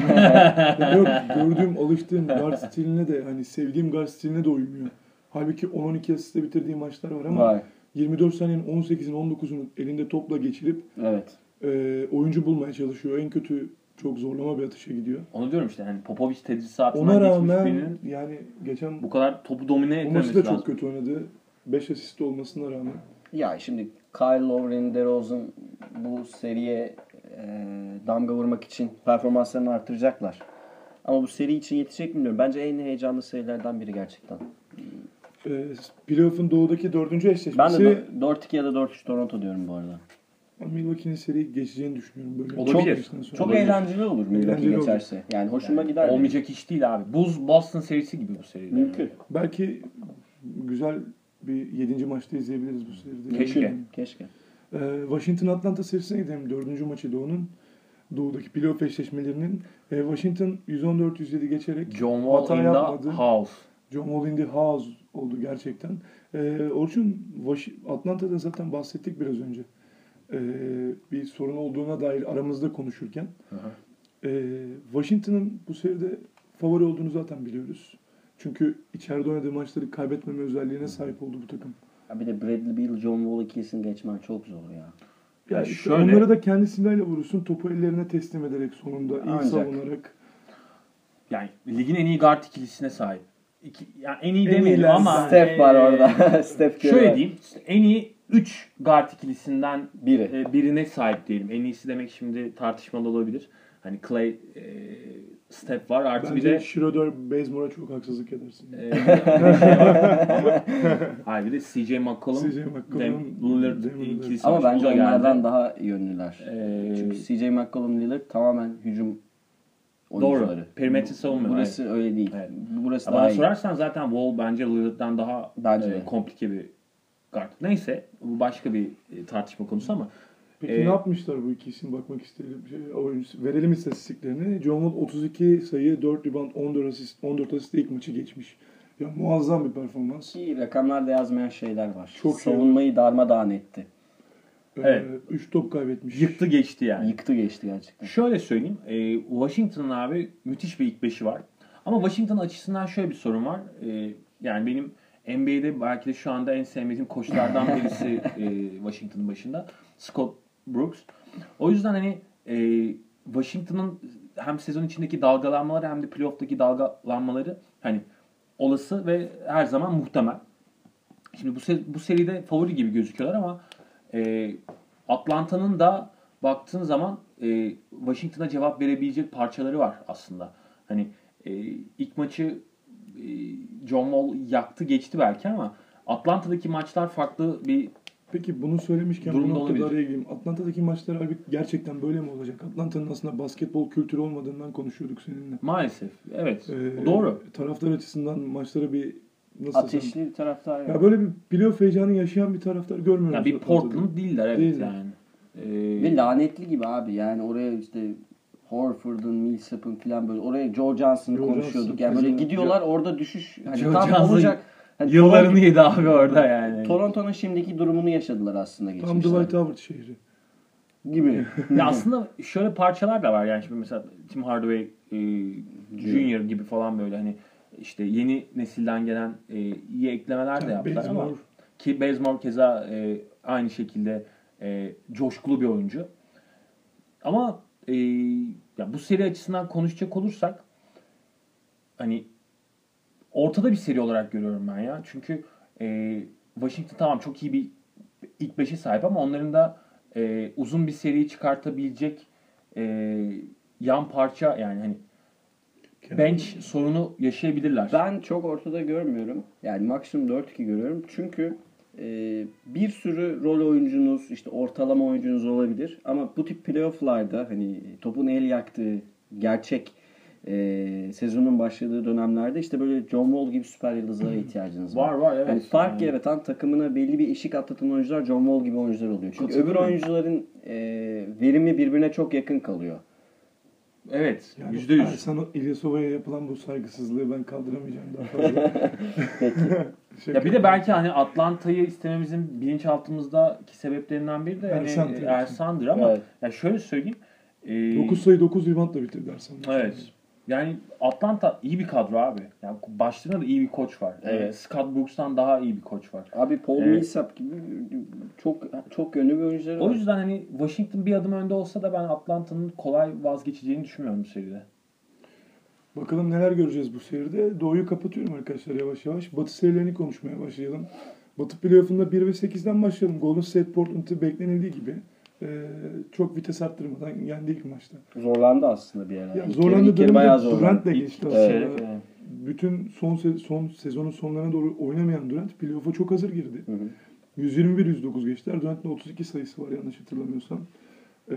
Ya yok, gördüğüm, alıştığım guard stiline de hani sevdiğim guard stiline de uymuyor. Halbuki on on iki asiste bitirdiği maçlar var ama
Vay.
yirmi dört saniyenin on sekizini on dokuzunu elinde topla geçirip
Evet.
e, oyuncu bulmaya çalışıyor. En kötü çok zorlama bir atışa gidiyor.
Onu diyorum işte hani Popovic tedrisatından
Ona
geçmiş
rağmen
birinin
yani geçen
bu kadar topu domine
o
etmemesi
maçı da
lazım.
çok kötü oynadı. beş asist olmasına rağmen.
Ya şimdi Kyle Lowry'nin, DeRozan bu seriye e, damga vurmak için performanslarını artıracaklar. Ama bu seri için yetecek mi bilmiyorum. Bence en heyecanlı serilerden biri gerçekten.
E, playoff'un doğudaki dördüncü
Ben
eşleşmesi
de dört iki ya da dört üç Toronto diyorum bu arada.
Milwaukee'nin seri geçeceğini düşünüyorum. Böyle
Olabilir.
maçtan sonra.
Çok
Olabilir.
eğlenceli olur Milwaukee
Eğlenceli olur.
geçerse. Yani hoşuma gider.
Olmayacak iş değil abi. Buz Boston serisi gibi bu seride.
Mümkün.
Belki güzel bir yedinci maçta izleyebiliriz bu seride.
Keşke.
Keşke.
Ee, Washington-Atlanta serisine gidelim. Dördüncü maçı Doğu'nun. Doğu'daki playoff eşleşmelerinin. Ee, Washington yüz on dört yüz yedi geçerek
John Wall
hata
in the
yapmadı.
house.
John Wall in the house oldu gerçekten. Ee, Orçun, Wash- Atlanta'da zaten bahsettik biraz önce. Ee, bir sorun olduğuna dair aramızda konuşurken.
Hı hı.
Ee, Washington'ın bu seride favori olduğunu zaten biliyoruz. Çünkü içeride oynadığı maçları kaybetmeme özelliğine sahip oldu bu takım.
Ya bir de Bradley Beal, John Wall ikilisini geçmen çok zor ya.
Ya
Ya
işte
şöyle-
onları da kendi silahıyla vurursun, topu ellerine teslim ederek sonunda iyi
Ancak.
savunarak.
Yani ligin en iyi guard ikilisine sahip. İki, yani en iyi
En
demeyelim
iyiler.
ama
Steph var
e,
orada. Steph Curry
Şöyle
var.
diyeyim. En iyi üç guard ikilisinden
Biri.
e, birine sahip diyelim. En iyisi demek şimdi tartışmalı olabilir. Hani Clay, e, Steph var. Artı
Bence
bir de
Schroeder, Bazemore'a çok haksızlık edersin.
e, bir de- bir de şey var. Ama, hayır bir de C J McCollum,
C J McCollum,
Dem- Lillard
Dem- Lillard.
ikilisi
Ama
var.
bence
O da geldi.
onlardan daha yönlüler.
E,
Çünkü C J McCollum, Lillard tamamen hücum
doğru.
oyuncuları.
Perimetre savunma.
Burası öyle değil.
Evet.
Burası
Bana
daha iyi.
sorarsan zaten Wall bence Lillard'dan daha
Bence
e,
de.
komplike bir guard. Neyse bu başka bir e, tartışma konusu ama
Peki
Ee,
ne yapmışlar bu iki isim, bakmak istedim. Şey, oyuncu, verelim istatistiklerini. John Wall otuz iki sayı, dört rebound, on dört asist, on dört asist ilk maçı geçmiş. Ya muazzam bir performans.
Ki rakamlarda yazmayan şeyler var.
Çok iyi.
Savunmayı darmadağın etti.
Evet.
üç top kaybetmiş.
Yıktı geçti yani.
Yıktı geçti gerçekten.
Şöyle söyleyeyim. E, Washington'ın abi müthiş bir ilk beşi var. Ama Washington açısından şöyle bir sorun var. E, yani benim N B A'de belki de şu anda en sevmediğim koçlardan birisi e, Washington'ın başında. Scott Brooks. O yüzden hani e, Washington'ın hem sezon içindeki dalgalanmaları hem de playoff'taki dalgalanmaları hani olası ve her zaman muhtemel. Şimdi bu se- bu seride favori gibi gözüküyorlar ama e, Atlanta'nın da baktığın zaman e, Washington'a cevap verebilecek parçaları var aslında. Hani e, ilk maçı e, John Wall yaktı geçti belki ama Atlanta'daki maçlar farklı bir
Peki bunu söylemişken bu
Durumda
noktada
olabilir.
araya gireyim. Atlanta'daki maçlar abi gerçekten böyle mi olacak? Atlanta'nın aslında basketbol kültürü olmadığından konuşuyorduk seninle.
maalesef. Evet.
Ee,
Doğru.
Taraftar açısından maçlara bir nasıl desem-
Ateşli bir taraftar
Ya
ya.
böyle bir playoff heyecanı yaşayan bir taraftar görmüyoruz.
Yani bir
Atlanta'da.
Portland değiller evet
Değiller.
yani.
Ve
Ee,
lanetli gibi abi. Yani oraya işte Horford'un, Millsap'ın falan böyle oraya Joe Johnson'ı
Joe
konuşuyorduk.
Johnson,
Yani böyle
kızım.
gidiyorlar orada düşüş hani
Joe
tam
Johnson
olacak. Hani
yıllarını
Toronto-
yedi abi orada yani.
Toronto'nun şimdiki durumunu yaşadılar aslında
Tam
geçmişte.
Dwight Howard şehri.
Gibi.
Ya aslında şöyle parçalar da var yani şimdi mesela Tim Hardaway e, Junior gibi falan böyle hani işte yeni nesilden gelen e, iyi eklemeler de
Yani
yaptılar ama
Bazemore.
ki Bazemore keza e, aynı şekilde e, coşkulu bir oyuncu. Ama e, ya bu seri açısından konuşacak olursak hani ortada bir seri olarak görüyorum ben ya. Çünkü e, Washington tamam çok iyi bir ilk beşe sahip ama onların da e, uzun bir seri çıkartabilecek e, yan parça yani hani bench sorunu yaşayabilirler.
Ben çok ortada görmüyorum. Yani maksimum dört iki görüyorum. Çünkü e, bir sürü rol oyuncunuz, işte ortalama oyuncunuz olabilir. Ama bu tip playoff'larda hani topun el yaktığı gerçek e, sezonun başladığı dönemlerde işte böyle John Wall gibi süper yıldızlara ihtiyacınız var.
Var var evet.
Yani fark
Yani
yaratan, takımına belli bir eşik atlatan oyuncular John Wall gibi oyuncular oluyor. Çünkü öbür
Katılıyorum.
oyuncuların e, verimi birbirine çok yakın kalıyor.
Evet.
Yani
Yüzde yüz.
Ersan İlyasova'ya yapılan bu saygısızlığı ben kaldıramayacağım daha fazla.
Peki.
Şaka
Ya bir de belki hani Atlanta'yı istememizin bilinçaltımızdaki sebeplerinden biri de hani
Ersan tabii ki.
Ersan'dır ama
Evet.
ya şöyle söyleyeyim. e,
dokuz sayı dokuz reboundla bitirdi Ersan.
Evet. Yani Atlanta iyi bir kadro abi. Yani başlarında da iyi bir koç var.
Evet.
Evet. Scott Brooks'tan daha iyi bir koç var.
Abi Paul
Evet.
Millsap gibi çok çok yönlü bir oyuncuları var.
O yüzden hani Washington bir adım önde olsa da ben Atlanta'nın kolay vazgeçeceğini düşünmüyorum bu seride.
Bakalım neler göreceğiz bu seride. Doğu'yu kapatıyorum arkadaşlar yavaş yavaş. Batı serilerini konuşmaya başlayalım. Batı playoff'unda bir ve sekizden başlayalım. Golden State Portland'ı beklenildiği gibi e, çok vites arttırmadan yendi ilk maçta.
Zorlandı aslında bir ara.
Ya
İlk yarı-
zorlandı
ilk yarı bayağı
dönemde
zorlandı.
Durant da
İlk
geçti aslında.
çeyrek, evet.
Bütün son se- son sezonun sonlarına doğru oynamayan Durant playoff'a çok hazır girdi.
Hı hı.
yüz yirmi bir yüz dokuz geçtiler. Durant'ın otuz iki sayısı var yanlış hatırlamıyorsam. Ee,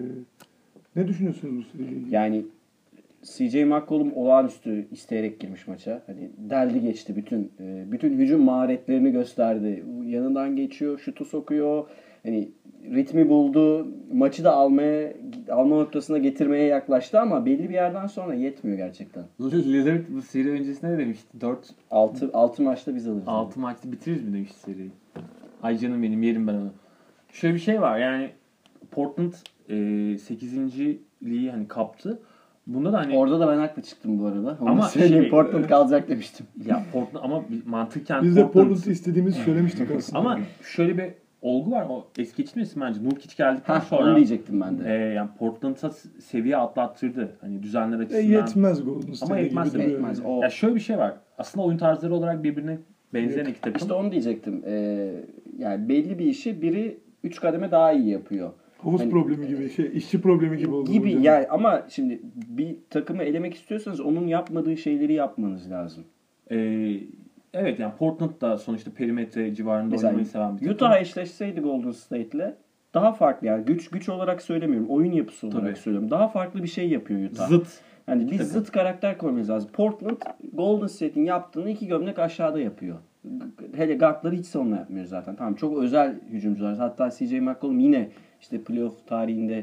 ne düşünüyorsunuz bu seriyle ilgili?
Yani C J McCollum olağanüstü isteyerek girmiş maça. Hani deldi geçti bütün e, bütün hücum maharetlerini gösterdi. Yanından geçiyor, şutu sokuyor. Hani ritmi buldu. Maçı da almaya alma noktasına getirmeye yaklaştı ama belli bir yerden sonra yetmiyor gerçekten.
Lillard bu seri öncesinde ne demişti? dört
altı altı maçta biz alırız.
altı maçta bitiririz mi demişti seriyi. Ay canım benim yerim ben onu. Şöyle bir şey var yani Portland e, sekizinciliği hani kaptı. Bunda da hani
Orada da ben haklı çıktım bu arada. Onu
Ama
söyleyeyim,
şey-
Portland kalacak demiştim.
ya Portland ama bir- mantıken
Biz de
Portland
Portland'ı istediğimizi söylemiştik aslında.
ama şöyle bir olgu var. O es geçmesin bence. Nurkic geldikten
Ha,
sonra
onu diyecektim ben de.
e, yani Portland'a seviye atlattırdı. Hani düzenler
E,
açısından.
yetmez Golden State
Ama yetmez,
gibi duruyor.
yetmez. O-
Ya şöyle bir şey var. Aslında oyun tarzları olarak birbirine benzeyen
Yok.
iki takım.
İşte onu diyecektim. Ee, yani belli bir işi biri üç kademe daha iyi yapıyor.
Havuz
Hani-
problemi gibi, şey, işçi problemi gibi oldu.
Gibi
hocam.
yani ama şimdi bir takımı elemek istiyorsanız onun yapmadığı şeyleri yapmanız lazım.
Ee, evet yani Portland da sonuçta perimetre civarında
Mesela
oynamayı seven bir takım.
Utah eşleşseydi Golden State'le daha farklı yani güç güç olarak söylemiyorum. Oyun yapısı olarak
Tabii.
söylüyorum. Daha farklı bir şey yapıyor Utah.
Zıt.
Yani bir
takım.
zıt karakter koymanız lazım. Portland Golden State'in yaptığını iki gömlek aşağıda yapıyor. Hele guardları hiç savunma yapmıyor zaten. Tamam çok özel hücumcular. Hatta C J McCollum yine işte playoff tarihinde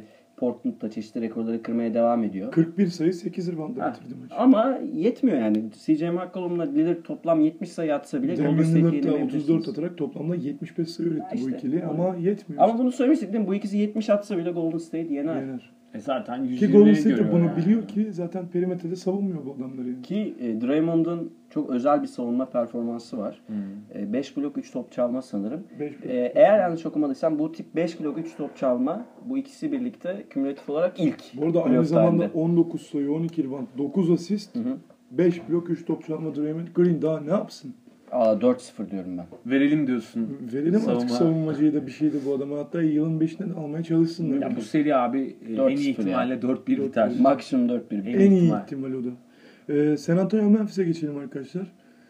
Portland'da çeşitli rekorları kırmaya devam ediyor.
kırk bir sayı sekiz reboundla
Ha,
bitirdi maçı.
Ama yetmiyor yani. C J McCollum'la Lillard toplam yetmiş sayı atsa bile Golden
Damian
State'i
Lillard da
yenemeyebilirsiniz.
otuz dört atarak toplamda yetmiş beş sayı üretti
Ha işte,
bu ikili ama yetmiyor.
Ama
işte.
bunu söylemiştik değil mi? Bu ikisi yetmiş atsa bile Golden State yener.
Yener.
E zaten yüz
Ki Golden
yirmileri
State de
görüyor
bunu
yani.
biliyor ki zaten perimetrede savunmuyor bu adamları. Yani.
Ki e, Draymond'un çok özel bir savunma performansı var.
Hmm.
beş blok üç top çalma sanırım.
Beş blok.
E, eğer yanlış okumadıysam bu tip beş blok üç top çalma bu ikisi birlikte kümülatif olarak ilk.
Bu arada aynı
playoff
zamanda
tarihinde.
on dokuz sayı, on iki rebound, dokuz asist,
Hı hı.
beş blok, üç top çalma Draymond Green daha ne yapsın?
Aa, dört sıfır diyorum ben.
Verelim diyorsun.
Verelim
Savunma.
artık savunmacıyı da bir şeydi bu adama. Hatta yılın beşinden almaya çalışsınlar.
Ya bu seri abi e,
dört
en iyi
sıfır
ihtimalle dört bir biter.
Maksimum dört bir.
En
En iyi
ihtimal.
ihtimal o da. Ee, San Antonio Memphis'e geçelim arkadaşlar.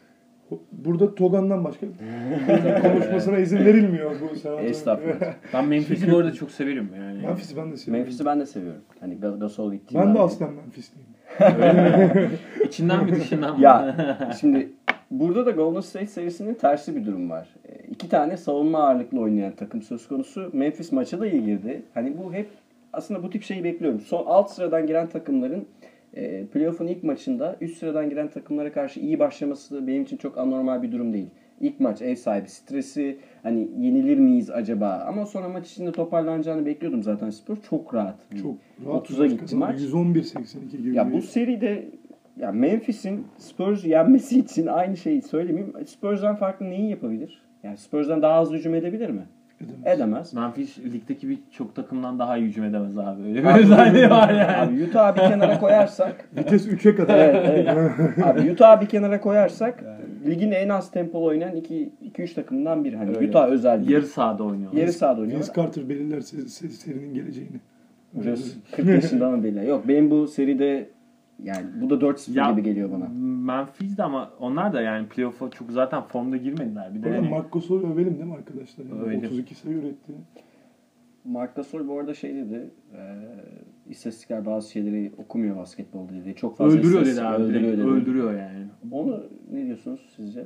Burada Togan'dan başka konuşmasına izin verilmiyor bu San Antonio.
Estağfurullah.
Ben Memphis'i bu arada çok severim yani.
Memphis'i ben de seviyorum.
Memphis'i ben de seviyorum. Hani Gas- Gasol gittiği
Ben de
halde.
aslen Memphis'liyim.
İçinden mi dışından mı?
Ya şimdi burada da Golden State serisinin tersi bir durum var. E, İki tane savunma ağırlıklı oynayan takım söz konusu. Memphis maça da iyi girdi. Hani bu hep aslında bu tip şeyi bekliyorum. Son alt sıradan giren takımların e, playoff'un ilk maçında üst sıradan giren takımlara karşı iyi başlaması benim için çok anormal bir durum değil. İlk maç ev sahibi stresi hani yenilir miyiz acaba? Ama sonra maç içinde toparlanacağını bekliyordum zaten Spurs. Çok rahat.
Çok rahat
otuza
maç
gitti
kazandı.
maç.
yüz on bir seksen iki gibi.
Ya bu seride ya Memphis'in Spurs yenmesi için aynı şeyi söylemeyeyim. Spurs'dan farklı neyi yapabilir? Yani Spurs'dan daha az hücum edebilir mi?
Edemez.
Edemez.
Memphis ligdeki birçok takımdan daha iyi hücum edemez abi. Öyle bir özelliği var yani.
Abi Utah'ı bir kenara koyarsak
Vites üçe kadar.
evet, evet. Abi Utah'ı bir kenara koyarsak ligin en az tempolu oynayan iki üç takımdan biri. Hani
Öyle.
Utah özel.
Yarı sahada oynuyor.
Yarı sahada
Vince
oynuyor.
Carter belirler se- se- serinin geleceğini. Öyle
Diyorsun, kırk yaşında mı belli? Yok benim bu seride yani bu da dört sıfır
Ya,
gibi geliyor bana.
Memphis de ama onlar da yani playoff'a çok zaten formda girmediler. Bir de
Burada
yani,
Marc Gasol'u övelim değil mi arkadaşlar? Yani
Övelim.
otuz iki sayı üretti.
Marc Gasol bu arada şey dedi. E, istatistikler bazı şeyleri okumuyor basketbolda dedi. Çok fazla
öldürüyor dedi
istatistik
abi.
öldürüyor
Direkt
dedi.
öldürüyor yani.
Onu ne diyorsunuz sizce?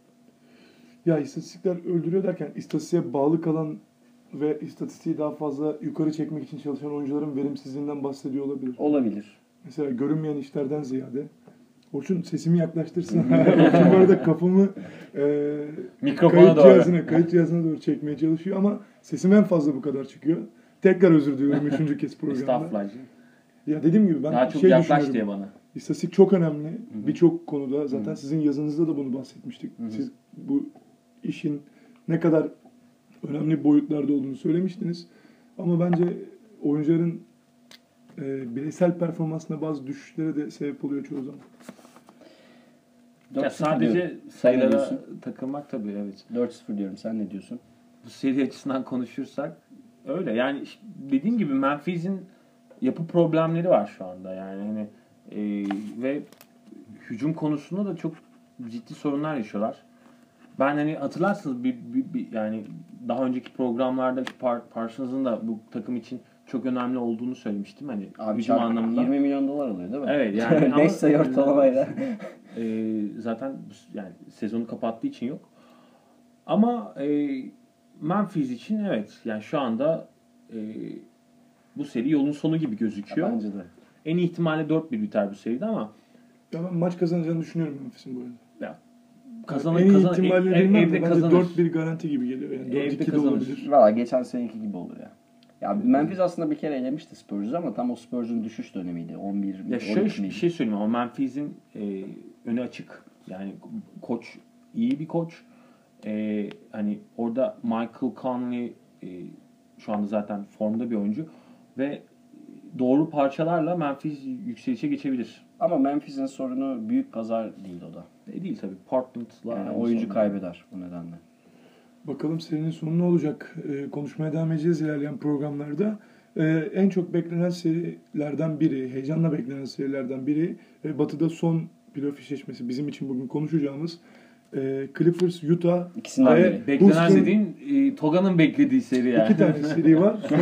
Ya istatistikler öldürüyor derken istatistiğe bağlı kalan ve istatistiği daha fazla yukarı çekmek için çalışan oyuncuların verimsizliğinden bahsediyor olabilir.
Olabilir.
Mesela görünmeyen işlerden ziyade. Orçun sesimi yaklaştırsın. Orçun bu arada kafamı e,
Mikrofona
kayıt
doğru.
cihazına, kayıt cihazına doğru çekmeye çalışıyor ama sesim en fazla bu kadar çıkıyor. Tekrar özür diliyorum üçüncü kez programda.
Estağfurullah.
Ya dediğim gibi ben
Daha çok
şey
yaklaş
düşünüyorum.
diye bana.
İstatistik çok önemli. Birçok konuda. Zaten sizin yazınızda da bunu bahsetmiştik.
Hı hı.
Siz bu işin ne kadar önemli boyutlarda olduğunu söylemiştiniz. Ama bence oyuncuların e, bireysel performansına bazı düşüşlere de sebep oluyor çoğu zaman.
Ya
dört sıfır
sadece
diyorum. Sen ne
sayılara
diyorsun?
takılmak tabii evet.
dört sıfır diyorum. Sen ne diyorsun?
Bu seri açısından konuşursak öyle. Yani iş- dediğim gibi Memphis'in yapı problemleri var şu anda. Yani hani e, ve hücum konusunda da çok ciddi sorunlar yaşıyorlar. Ben hani hatırlarsınız bir, bir, bir- yani daha önceki programlarda Par Parsons'ın da bu takım için çok önemli olduğunu söylemiştim hani
Abi
hücum
şarkı
anlamında.
yirmi milyon dolar alıyor değil mi?
Evet yani ama-
beş sayı ortalamayla.
E, zaten yani sezonu kapattığı için yok. Ama e, Memphis için evet yani şu anda e, bu seri yolun sonu gibi gözüküyor.
Bence de.
En iyi ihtimalle dört bir biter bu seride ama
Ya ben maç kazanacağını düşünüyorum Memphis'in bu arada.
ya, kazanır,
en iyi
kazanır,
ihtimalle
ev-
bilmem de
evde
bence
kazanır.
dört bir garanti gibi geliyor. Yani
Evde
dört iki de
kazanır.
olabilir.
Valla geçen seneki gibi olur ya. Ya Memphis aslında bir kere elemişti Spurs'u ama tam o Spurs'un düşüş dönemiydi. on bir
Ya
on
şöyle
iki
bir şey söyleyeyim ama Memphis'in e, önü açık. Yani koç iyi bir koç. E, hani orada Michael Conley e, şu anda zaten formda bir oyuncu ve doğru parçalarla Memphis yükselişe geçebilir.
Ama Memphis'in sorunu büyük pazar değil o da.
E değil tabii. Portland'la
Yani
aynı
oyuncu
sorun.
kaybeder bu nedenle.
Bakalım serinin sonu ne olacak? Ee, konuşmaya devam edeceğiz ilerleyen programlarda. Ee, en çok beklenen serilerden biri, heyecanla beklenen serilerden biri ve Batı'da son playoff eşleşmesi bizim için bugün konuşacağımız e, Clippers, Utah
İkisinden
ve
biri.
Beklenen
Houston-
dediğin e, Toga'nın beklediği seri yani.
İki tane seri var. Son,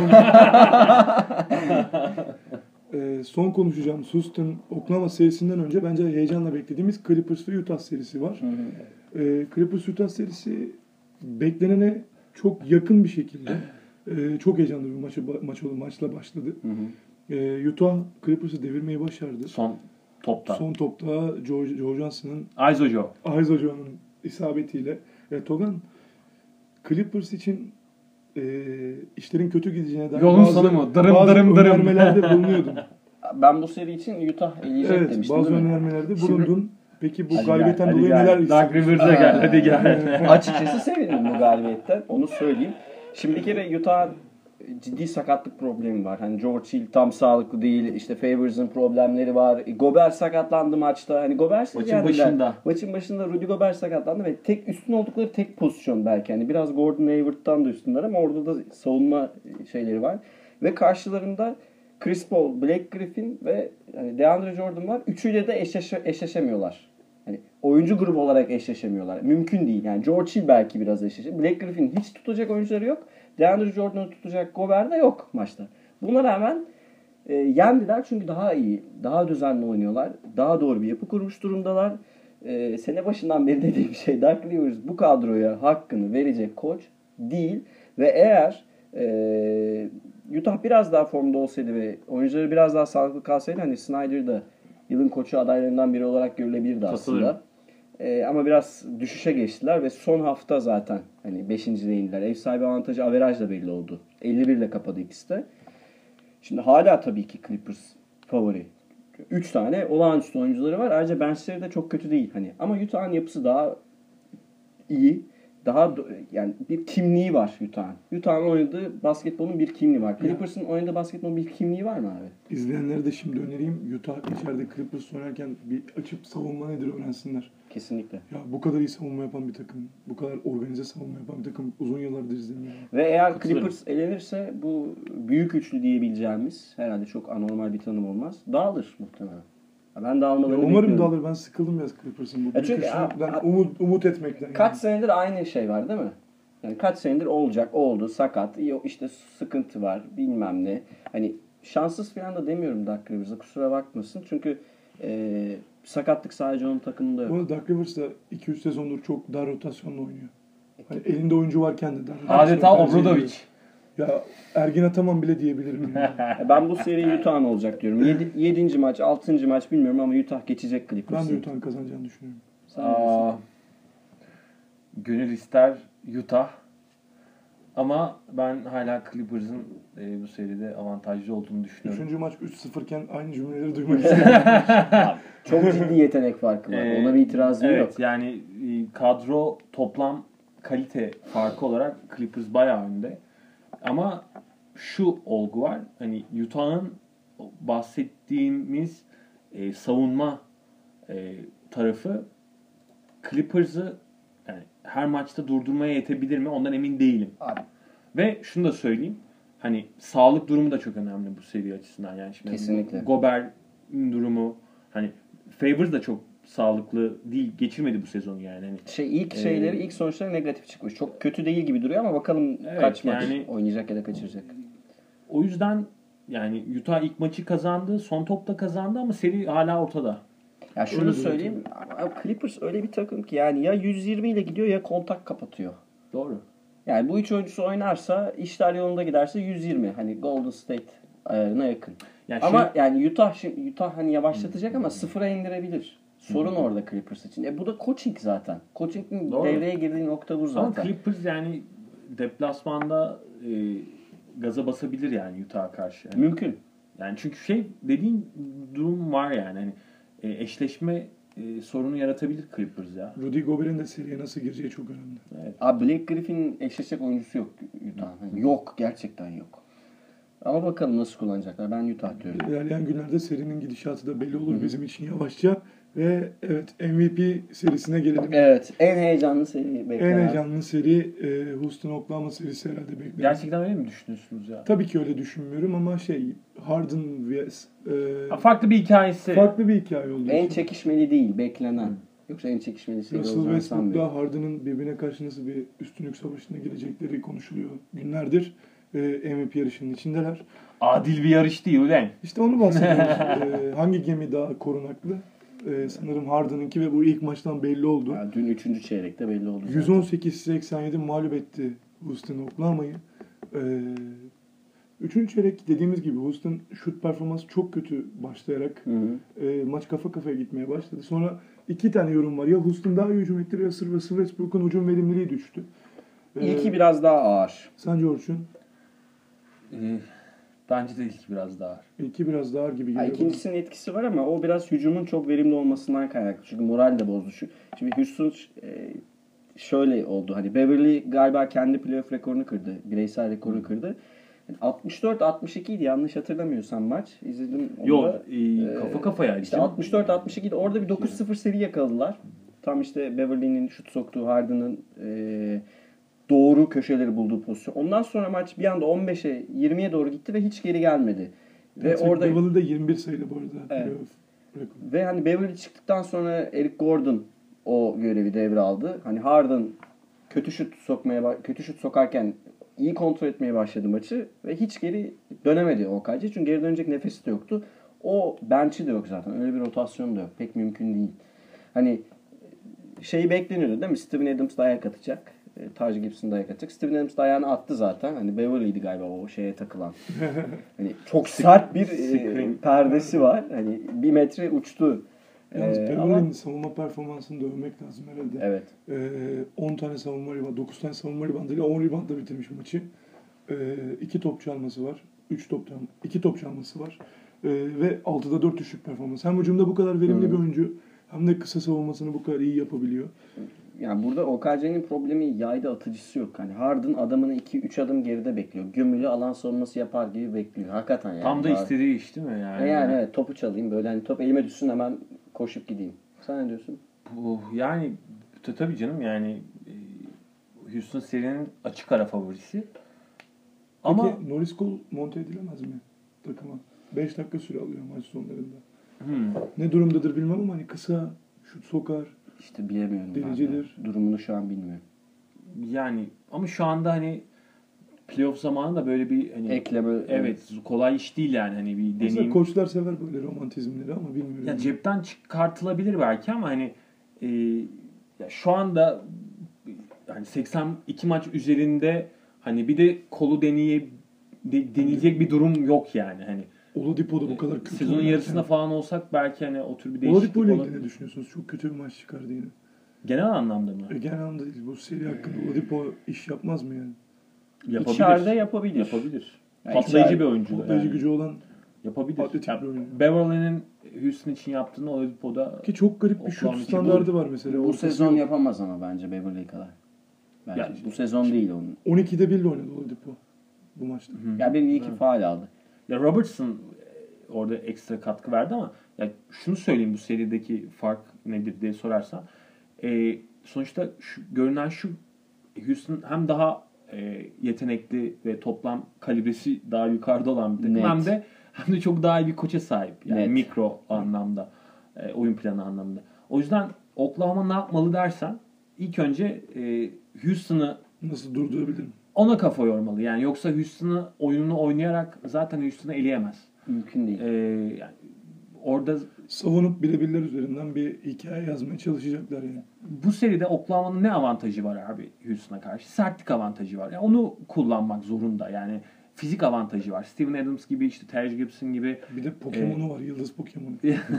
Ee, son konuşacağımız Houston Oklahoma serisinden önce bence heyecanla beklediğimiz Clippers ve Utah serisi var.
Hı hı.
Ee, Clippers Utah serisi beklenene çok yakın bir şekilde Ee, çok heyecanlı bir maçı, maç oldu. Maçla başladı.
Hı hı.
Ee, Utah Clippers'ı devirmeyi başardı.
Son topta.
Son topta Joe, Joe Johnson'ın
Aizo Joe.
Aizo Joe'nun isabetiyle. E, Togan, Clippers için e, işlerin kötü gideceğine dair
Yolun
bazı,
sonu mu? Dırım
bazı
dırım dırım.
önermelerde bulunuyordum.
Ben bu seri için Utah eleyecek
Evet,
demiştim
bazı
değil mi?
önermelerde
Şimdi-
bulundun. Peki bu
Hadi
galibiyetten
gel,
dolayı
hadi
neler
gel.
Dark
hissediyorsun?
Rivers'a gel hadi gel.
Açıkçası sevindim bu galibiyetten. Onu söyleyeyim. Şimdi bir kere Utah'ın ciddi sakatlık problemi var. Hani George Hill tam sağlıklı değil. İşte Favors'ın problemleri var. Gobert sakatlandı maçta. Hani Gobert'siz
Maçın
yendiler.
başında.
Maçın başında Rudy Gobert sakatlandı ve tek üstün oldukları tek pozisyon belki. Hani biraz Gordon Hayward'tan da üstünler ama orada da savunma şeyleri var. Ve karşılarında Chris Paul, Blake Griffin ve hani DeAndre Jordan var. Üçüyle de eşleşe, eşleşemiyorlar. Hani oyuncu grubu olarak eşleşemiyorlar. Mümkün değil. Yani George Hill belki biraz eşleşir. Blake Griffin hiç tutacak oyuncuları yok. DeAndre Jordan'ı tutacak Gobert de yok maçta. Buna rağmen e, yendiler çünkü daha iyi, daha düzenli oynuyorlar. Daha doğru bir yapı kurmuş durumdalar. E, sene başından beri dediğim şey, Dark Rivers bu kadroya hakkını verecek koç değil. Ve eğer e, Utah biraz daha formda olsaydı ve oyuncuları biraz daha sağlıklı kalsaydı hani Snyder da yılın koçu adaylarından biri olarak görülebilirdi aslında.
Katılırım.
Ee, ama biraz düşüşe geçtiler ve son hafta zaten hani beşinciliğe indiler. Ev sahibi avantajı averaj da belli oldu. elli bir ile kapadı ikisi de. Şimdi hala tabii ki Clippers favori. üç tane olağanüstü oyuncuları var. Ayrıca benchleri de çok kötü değil hani. Ama Utah'ın yapısı daha iyi. Daha do- yani bir kimliği var Utah'ın. Utah'ın oynadığı basketbolun bir kimliği var. Clippers'ın oynadığı basketbolun bir kimliği var mı abi?
İzleyenlere de şimdi önereyim. Utah içeride Clippers oynarken bir açıp savunma nedir öğrensinler.
Kesinlikle.
Ya bu kadar iyi savunma yapan bir takım, bu kadar organize savunma yapan bir takım uzun yıllardır izlemiyorum.
Ve eğer
Katılırım.
Clippers elenirse bu büyük üçlü diyebileceğimiz herhalde çok anormal bir tanım olmaz. Dağılır muhtemelen. Ya ben
Ya
dağılmalarını
umarım
bekliyorum.
dağılır. Ben sıkıldım biraz Clippers'ın bu
Ya çünkü-
büyük
a- a-
umut, umut etmekten.
Kaç
yani.
senedir aynı şey var değil mi? Yani kaç senedir olacak, oldu, sakat, yok işte sıkıntı var, bilmem ne. Hani şanssız falan da demiyorum Dark Rivers'a, kusura bakmasın. Çünkü e, sakatlık sadece onun takımında
Bu
yok.
arada Dark Rivers da iki üç sezondur çok dar rotasyonla oynuyor. Hani elinde oyuncu varken de dar rotasyonu
Adeta
tercih ediyor.
Obradovic.
Ya Ergin Ataman bile diyebilirim. Yani.
E, Ben bu seri Utah'ın olacak diyorum. Yedi, yedinci maç, altıncı maç bilmiyorum ama Utah geçecek
Ben
Clippers'ı.
de Utah'ın kazanacağını düşünüyorum.
Sen ne diyorsun?
Aa, gönül ister Utah. Ama ben hala Clippers'ın e, bu seride avantajlı olduğunu düşünüyorum.
Üçüncü maç üç sıfır iken aynı cümleleri duymak istedim.
Çok ciddi yetenek farkı var.
Ee,
Ona bir itirazım
evet,
yok.
yani e, kadro toplam kalite farkı olarak Clippers bayağı önde. Ama şu olgu var. Hani Utah'ın bahsettiğimiz e, savunma e, tarafı Clippers'ı yani her maçta durdurmaya yetebilir mi? Ondan emin değilim.
Abi,
Ve şunu da söyleyeyim. Hani sağlık durumu da çok önemli bu seri açısından. Yani şimdi
Kesinlikle.
Gobert'in durumu, hani Favors da çok sağlıklı değil, geçirmedi bu sezonu yani. Hani
şey ilk
Ee,
şeyleri, ilk sonuçları negatif çıkmış. Çok kötü değil gibi duruyor ama bakalım
Evet,
kaç maç
yani-
oynayacak ya da kaçıracak.
o yüzden yani Utah ilk maçı kazandı, son topta kazandı ama seri hala ortada.
Ya şunu
Öyle
söyleyeyim. ama Clippers öyle bir takım ki yani ya yüz yirmi ile gidiyor ya kontak kapatıyor.
Doğru.
Yani bu üç oyuncusu oynarsa, işler yolunda giderse yüz yirmi. Hani Golden State ayarına yakın.
Yani
Ama
şey-
yani Utah şimdi Utah hani yavaşlatacak ama sıfıra indirebilir. Sorun orada Clippers için. E bu da coaching zaten. Coaching'in
Doğru.
devreye girdiği nokta bu
ama
zaten.
Clippers yani deplasmanda e, gaza basabilir yani Utah'a karşı. Yani,
Mümkün.
yani çünkü şey dediğin durum var yani. Hani e, eşleşme e, sorunu yaratabilir Clippers ya.
Rudy Gobert'in de seriye nasıl gireceği çok önemli.
Evet.
Abi Blake Griffin'in eşleşecek oyuncusu yok Utah'ın. Hani yok. Gerçekten yok. Ama bakalım nasıl kullanacaklar. Ben Utah diyorum.
İlerleyen günlerde serinin gidişatı da belli olur bizim için yavaşça. Ve evet M V P serisine gelelim.
Evet. En heyecanlı seri beklenen.
En heyecanlı seri e, Houston Oklahoma serisi herhalde beklenen.
Gerçekten öyle mi düşünüyorsunuz ya?
Tabii ki öyle düşünmüyorum ama şey Harden vs e,
Ha, farklı bir hikayesi.
farklı bir hikaye oldu.
En çekişmeli değil. Beklenen. Yoksa en çekişmeli seri
Russell
olacağını sanmıyorum.
Westbrook'la Harden'ın birbirine karşı nasıl bir üstünlük savaşına girecekleri konuşuluyor günlerdir. E, M V P yarışının içindeler.
Adil bir yarış değil ulan.
İşte onu bahsediyoruz. e, hangi gemi daha korunaklı? E, sanırım Harden'ınki ve bu ilk maçtan belli oldu.
Ya dün üçüncü çeyrekte belli oldu. zaten.
yüz on sekiz seksen yedi mağlup etti Houston Oklahoma'yı. Ee, Üçüncü çeyrek dediğimiz gibi Houston şut performansı çok kötü başlayarak
Hı hı.
e, maç kafa kafaya gitmeye başladı. Sonra iki tane yorum var. Ya Houston daha iyi hücum etti ya Russell Westbrook'un hücum verimliliği düştü. Ee,
İlki biraz daha ağır.
Sence Orçun?
Ee, bence de ilk biraz daha ağır.
İlki biraz daha ağır gibi
Ha,
geliyor.
ikincisinin etkisi var ama o biraz hücumun çok verimli olmasından kaynaklı. Çünkü moral de bozdu. Şu- Şimdi Houston e, şöyle oldu. Hani Beverly galiba kendi playoff rekorunu kırdı. Bireysel rekorunu kırdı. Yani altmış dört altmış iki idi yanlış hatırlamıyorsam maç. İzledim onu
Yok,
da.
e, kafa kafaya.
İşte altmış dört altmış iki idi. Orada bir dokuz sıfır seri yakaladılar. Tam işte Beverly'nin şut soktuğu, Harden'ın e, doğru köşeleri bulduğu pozisyon. Ondan sonra maç bir anda on beşe yirmiye doğru gitti ve hiç geri gelmedi. Ve
Evet,
orada
Beverly'de yirmi bir sayılı bu arada.
Evet.
Playoff rekoru.
ve hani Beverly çıktıktan sonra Eric Gordon o görevi devraldı. Hani Harden kötü şut sokmaya ba- kötü şut sokarken iyi kontrol etmeye başladı maçı ve hiç geri dönemedi O K C. Çünkü geri dönecek nefesi de yoktu. O bench'i de yok zaten. Öyle bir rotasyon da yok. Pek mümkün değil. Hani şeyi bekleniyordu değil mi? Steven Adams dayak atacak. E, Taj Gibson dayak atacak. Steven Adams dayağını attı zaten. Hani Beverly'ydi galiba o şeye takılan. Hani çok sert bir e,
Screen.
perdesi var. Hani bir metre uçtu.
Yalnız
Ee,
Beverly'nin
ama
savunma performansını da övmek lazım herhalde.
evet.
Ee, on tane savunma ribandı, dokuz tane savunma ribandıyla on ribandla bitirmiş maçı. Ee, iki top çalması var. üç top çal- iki top çalması var. Ee, ve altıda dört düşük performans. Hem hücumda bu kadar verimli
Hı.
bir oyuncu hem de kısa savunmasını bu kadar iyi yapabiliyor.
Yani burada O K C'nin problemi yayda atıcısı yok. Hani Harden adamını iki üç adım geride bekliyor. Gömülü alan savunması yapar gibi bekliyor. Hakikaten yani.
Tam da
Harden-
istediği iş değil mi? Yani,
E yani evet topu çalayım böyle hani top elime düşsün hemen koşup gideyim. Sen ne diyorsun?
Bu, yani t- tabii canım yani e, Houston serinin açık ara favorisi. Ama
Peki Norris Cole monte edilemez mi takıma? beş dakika süre alıyor maç sonlarında.
hmm,
Ne durumdadır bilmem ama hani kısa şut sokar.
İşte bilemiyorum. ben de.
Delicidir.
Durumunu şu an bilmiyorum.
yani ama şu anda hani playoff zamanı da böyle bir hani
Ekleme.
evet kolay iş değil yani hani bir
Aslında
deneyim.
koçlar sever böyle romantizmleri ama bilmiyorum.
Ya cepten çıkartılabilir belki ama hani e, ya şu anda yani seksen iki maç üzerinde hani bir de kolu deneye de, deneyecek bir durum yok yani hani
Oladipo'da bu kadar kötü
sezonun
oynarken-
yarısında falan olsak belki hani o tür bir değişiklik
Oladipo ile ilgili
olabilir.
ne düşünüyorsunuz? Çok kötü bir maç çıkardı yine.
Genel anlamda mı?
E, genel anlamda değil. Bu seri hakkında Oladipo iş yapmaz mı yani?
Yapabilir.
İçeride yapabilir.
Yapabilir.
Yani
Patlayıcı
içeride-
bir oyuncu.
Patlayıcı
yani.
gücü olan
Yapabilir.
atletik
Ya,
bir oyuncu.
Beverly'nin Houston için yaptığını Oladipo'da
Ki çok garip bir şut
Oklahoma
standardı var mesela.
Bu
Ortası
sezon
yok.
yapamaz ama bence Beverly kadar. Bence
Yani-
bu sezon değil onun.
on ikide bir oynadı Oladipo bu maçta.
Hı.
Ya bir iki
Evet.
faul aldı.
Ya Robertson e, orada ekstra katkı verdi ama ya şunu söyleyeyim bu serideki fark nedir diye sorarsan e, sonuçta şu, görünen şu Houston hem daha e, yetenekli ve toplam kalibresi daha yukarıda olan bir takım
Net.
hem de hem de çok daha iyi bir koça sahip yani
Net.
mikro anlamda e, oyun planı anlamında. O yüzden Oklahoma ne yapmalı dersen ilk önce e, Houston'ı
Nasıl durdurabilirim?
ona kafa yormalı. Yani yoksa Houston'ı oyununu oynayarak zaten Houston'ı eleyemez.
Mümkün değil.
Ee, yani orada
Savunup birebirler üzerinden bir hikaye yazmaya çalışacaklar yani.
bu seride Oklahoma'nın ne avantajı var abi Houston'a karşı? Sertlik avantajı var. Yani onu kullanmak zorunda. Yani fizik avantajı var. Steven Adams gibi işte Taj Gibson gibi.
Bir de Pokemon'u var. Yıldız Pokemon'u.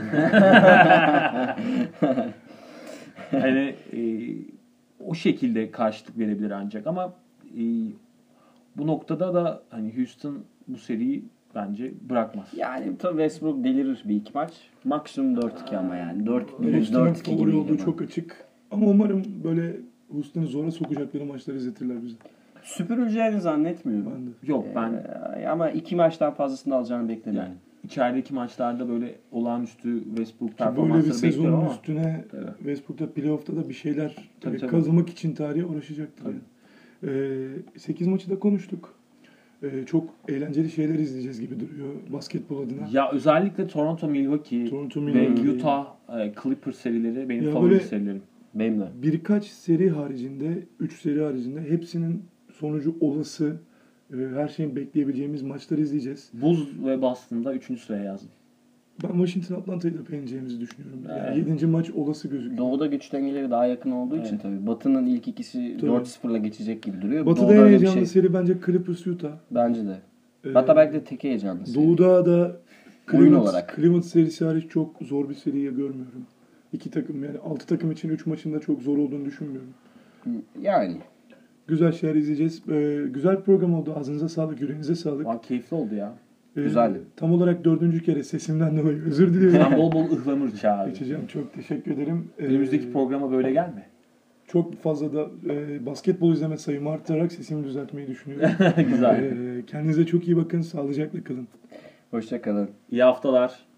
hani e, o şekilde karşılık verebilir ancak ama e, bu noktada da hani Houston bu seriyi bence bırakmaz.
Yani tabii Westbrook delirir bir iki maç. Maksimum dört iki ama yani. dört bir
Houston'ın
dört iki
favori
gibi.
olduğu çok açık. Ama umarım böyle Houston'ı zora sokacakları maçlar izletirler bize.
Süpürüleceğini zannetmiyorum.
Ben de.
Yok ben
Ee, ama iki maçtan fazlasını alacağını beklemiyorum.
yani içerideki maçlarda böyle olağanüstü Westbrook
Ki böyle bir
performansları bekliyorum
sezonun
ama
üstüne
Tabii.
Westbrook'ta playoff'ta da bir şeyler
Tabii,
e,
tabii.
kazımak için tarihe uğraşacaktır.
Tabii.
Yani. E, sekiz maçı da konuştuk. E, çok eğlenceli şeyler izleyeceğiz gibi duruyor basketbol adına.
ya özellikle Toronto, Milwaukee
Toronto,
ve
Milwaukee.
Utah e, Clippers serileri benim
Ya
favori
böyle-
serilerim.
Benim de.
Birkaç seri haricinde, üç seri haricinde hepsinin sonucu olası, e, her şeyin bekleyebileceğimiz maçları izleyeceğiz.
Buz ve Boston'da üçüncü sıraya yazdım.
Ben Washington Atlanta'yı da yeneceğimizi düşünüyorum. Yani
Evet.
yedinci maç olası gözüküyor.
Doğu'da güç dengeleri daha yakın olduğu için
Evet.
tabii. Batı'nın ilk ikisi
Tabii.
dört sıfırla geçecek gibi duruyor.
Batı'da
Doğu'da
en
öyle bir
heyecanlı
şey.
seri bence Clippers Utah.
Bence de.
Ee,
Hatta belki de tek heyecanlı seri.
Doğu'da da
Oyun
Cleveland,
olarak.
Cleveland serisi hariç çok zor bir seriye görmüyorum. İki takım yani altı takım için üç maçında çok zor olduğunu düşünmüyorum.
Yani.
Güzel şeyler izleyeceğiz. Ee, güzel bir program oldu. Ağzınıza sağlık, yüreğinize sağlık.
Lan keyifli oldu ya.
Ee,
güzeldi.
Tam olarak dördüncü kere sesimden dolayı özür diliyorum.
Sen bol bol ıhlamur çağır.
Geçeceğim. Çok teşekkür ederim. Ee,
Önümüzdeki programa böyle gelme.
Çok fazla da e, basketbol izleme sayımı arttırarak sesimi düzeltmeyi düşünüyorum.
Güzel.
Ee, kendinize çok iyi bakın. Sağlıcakla kalın.
Hoşça kalın.
İyi haftalar.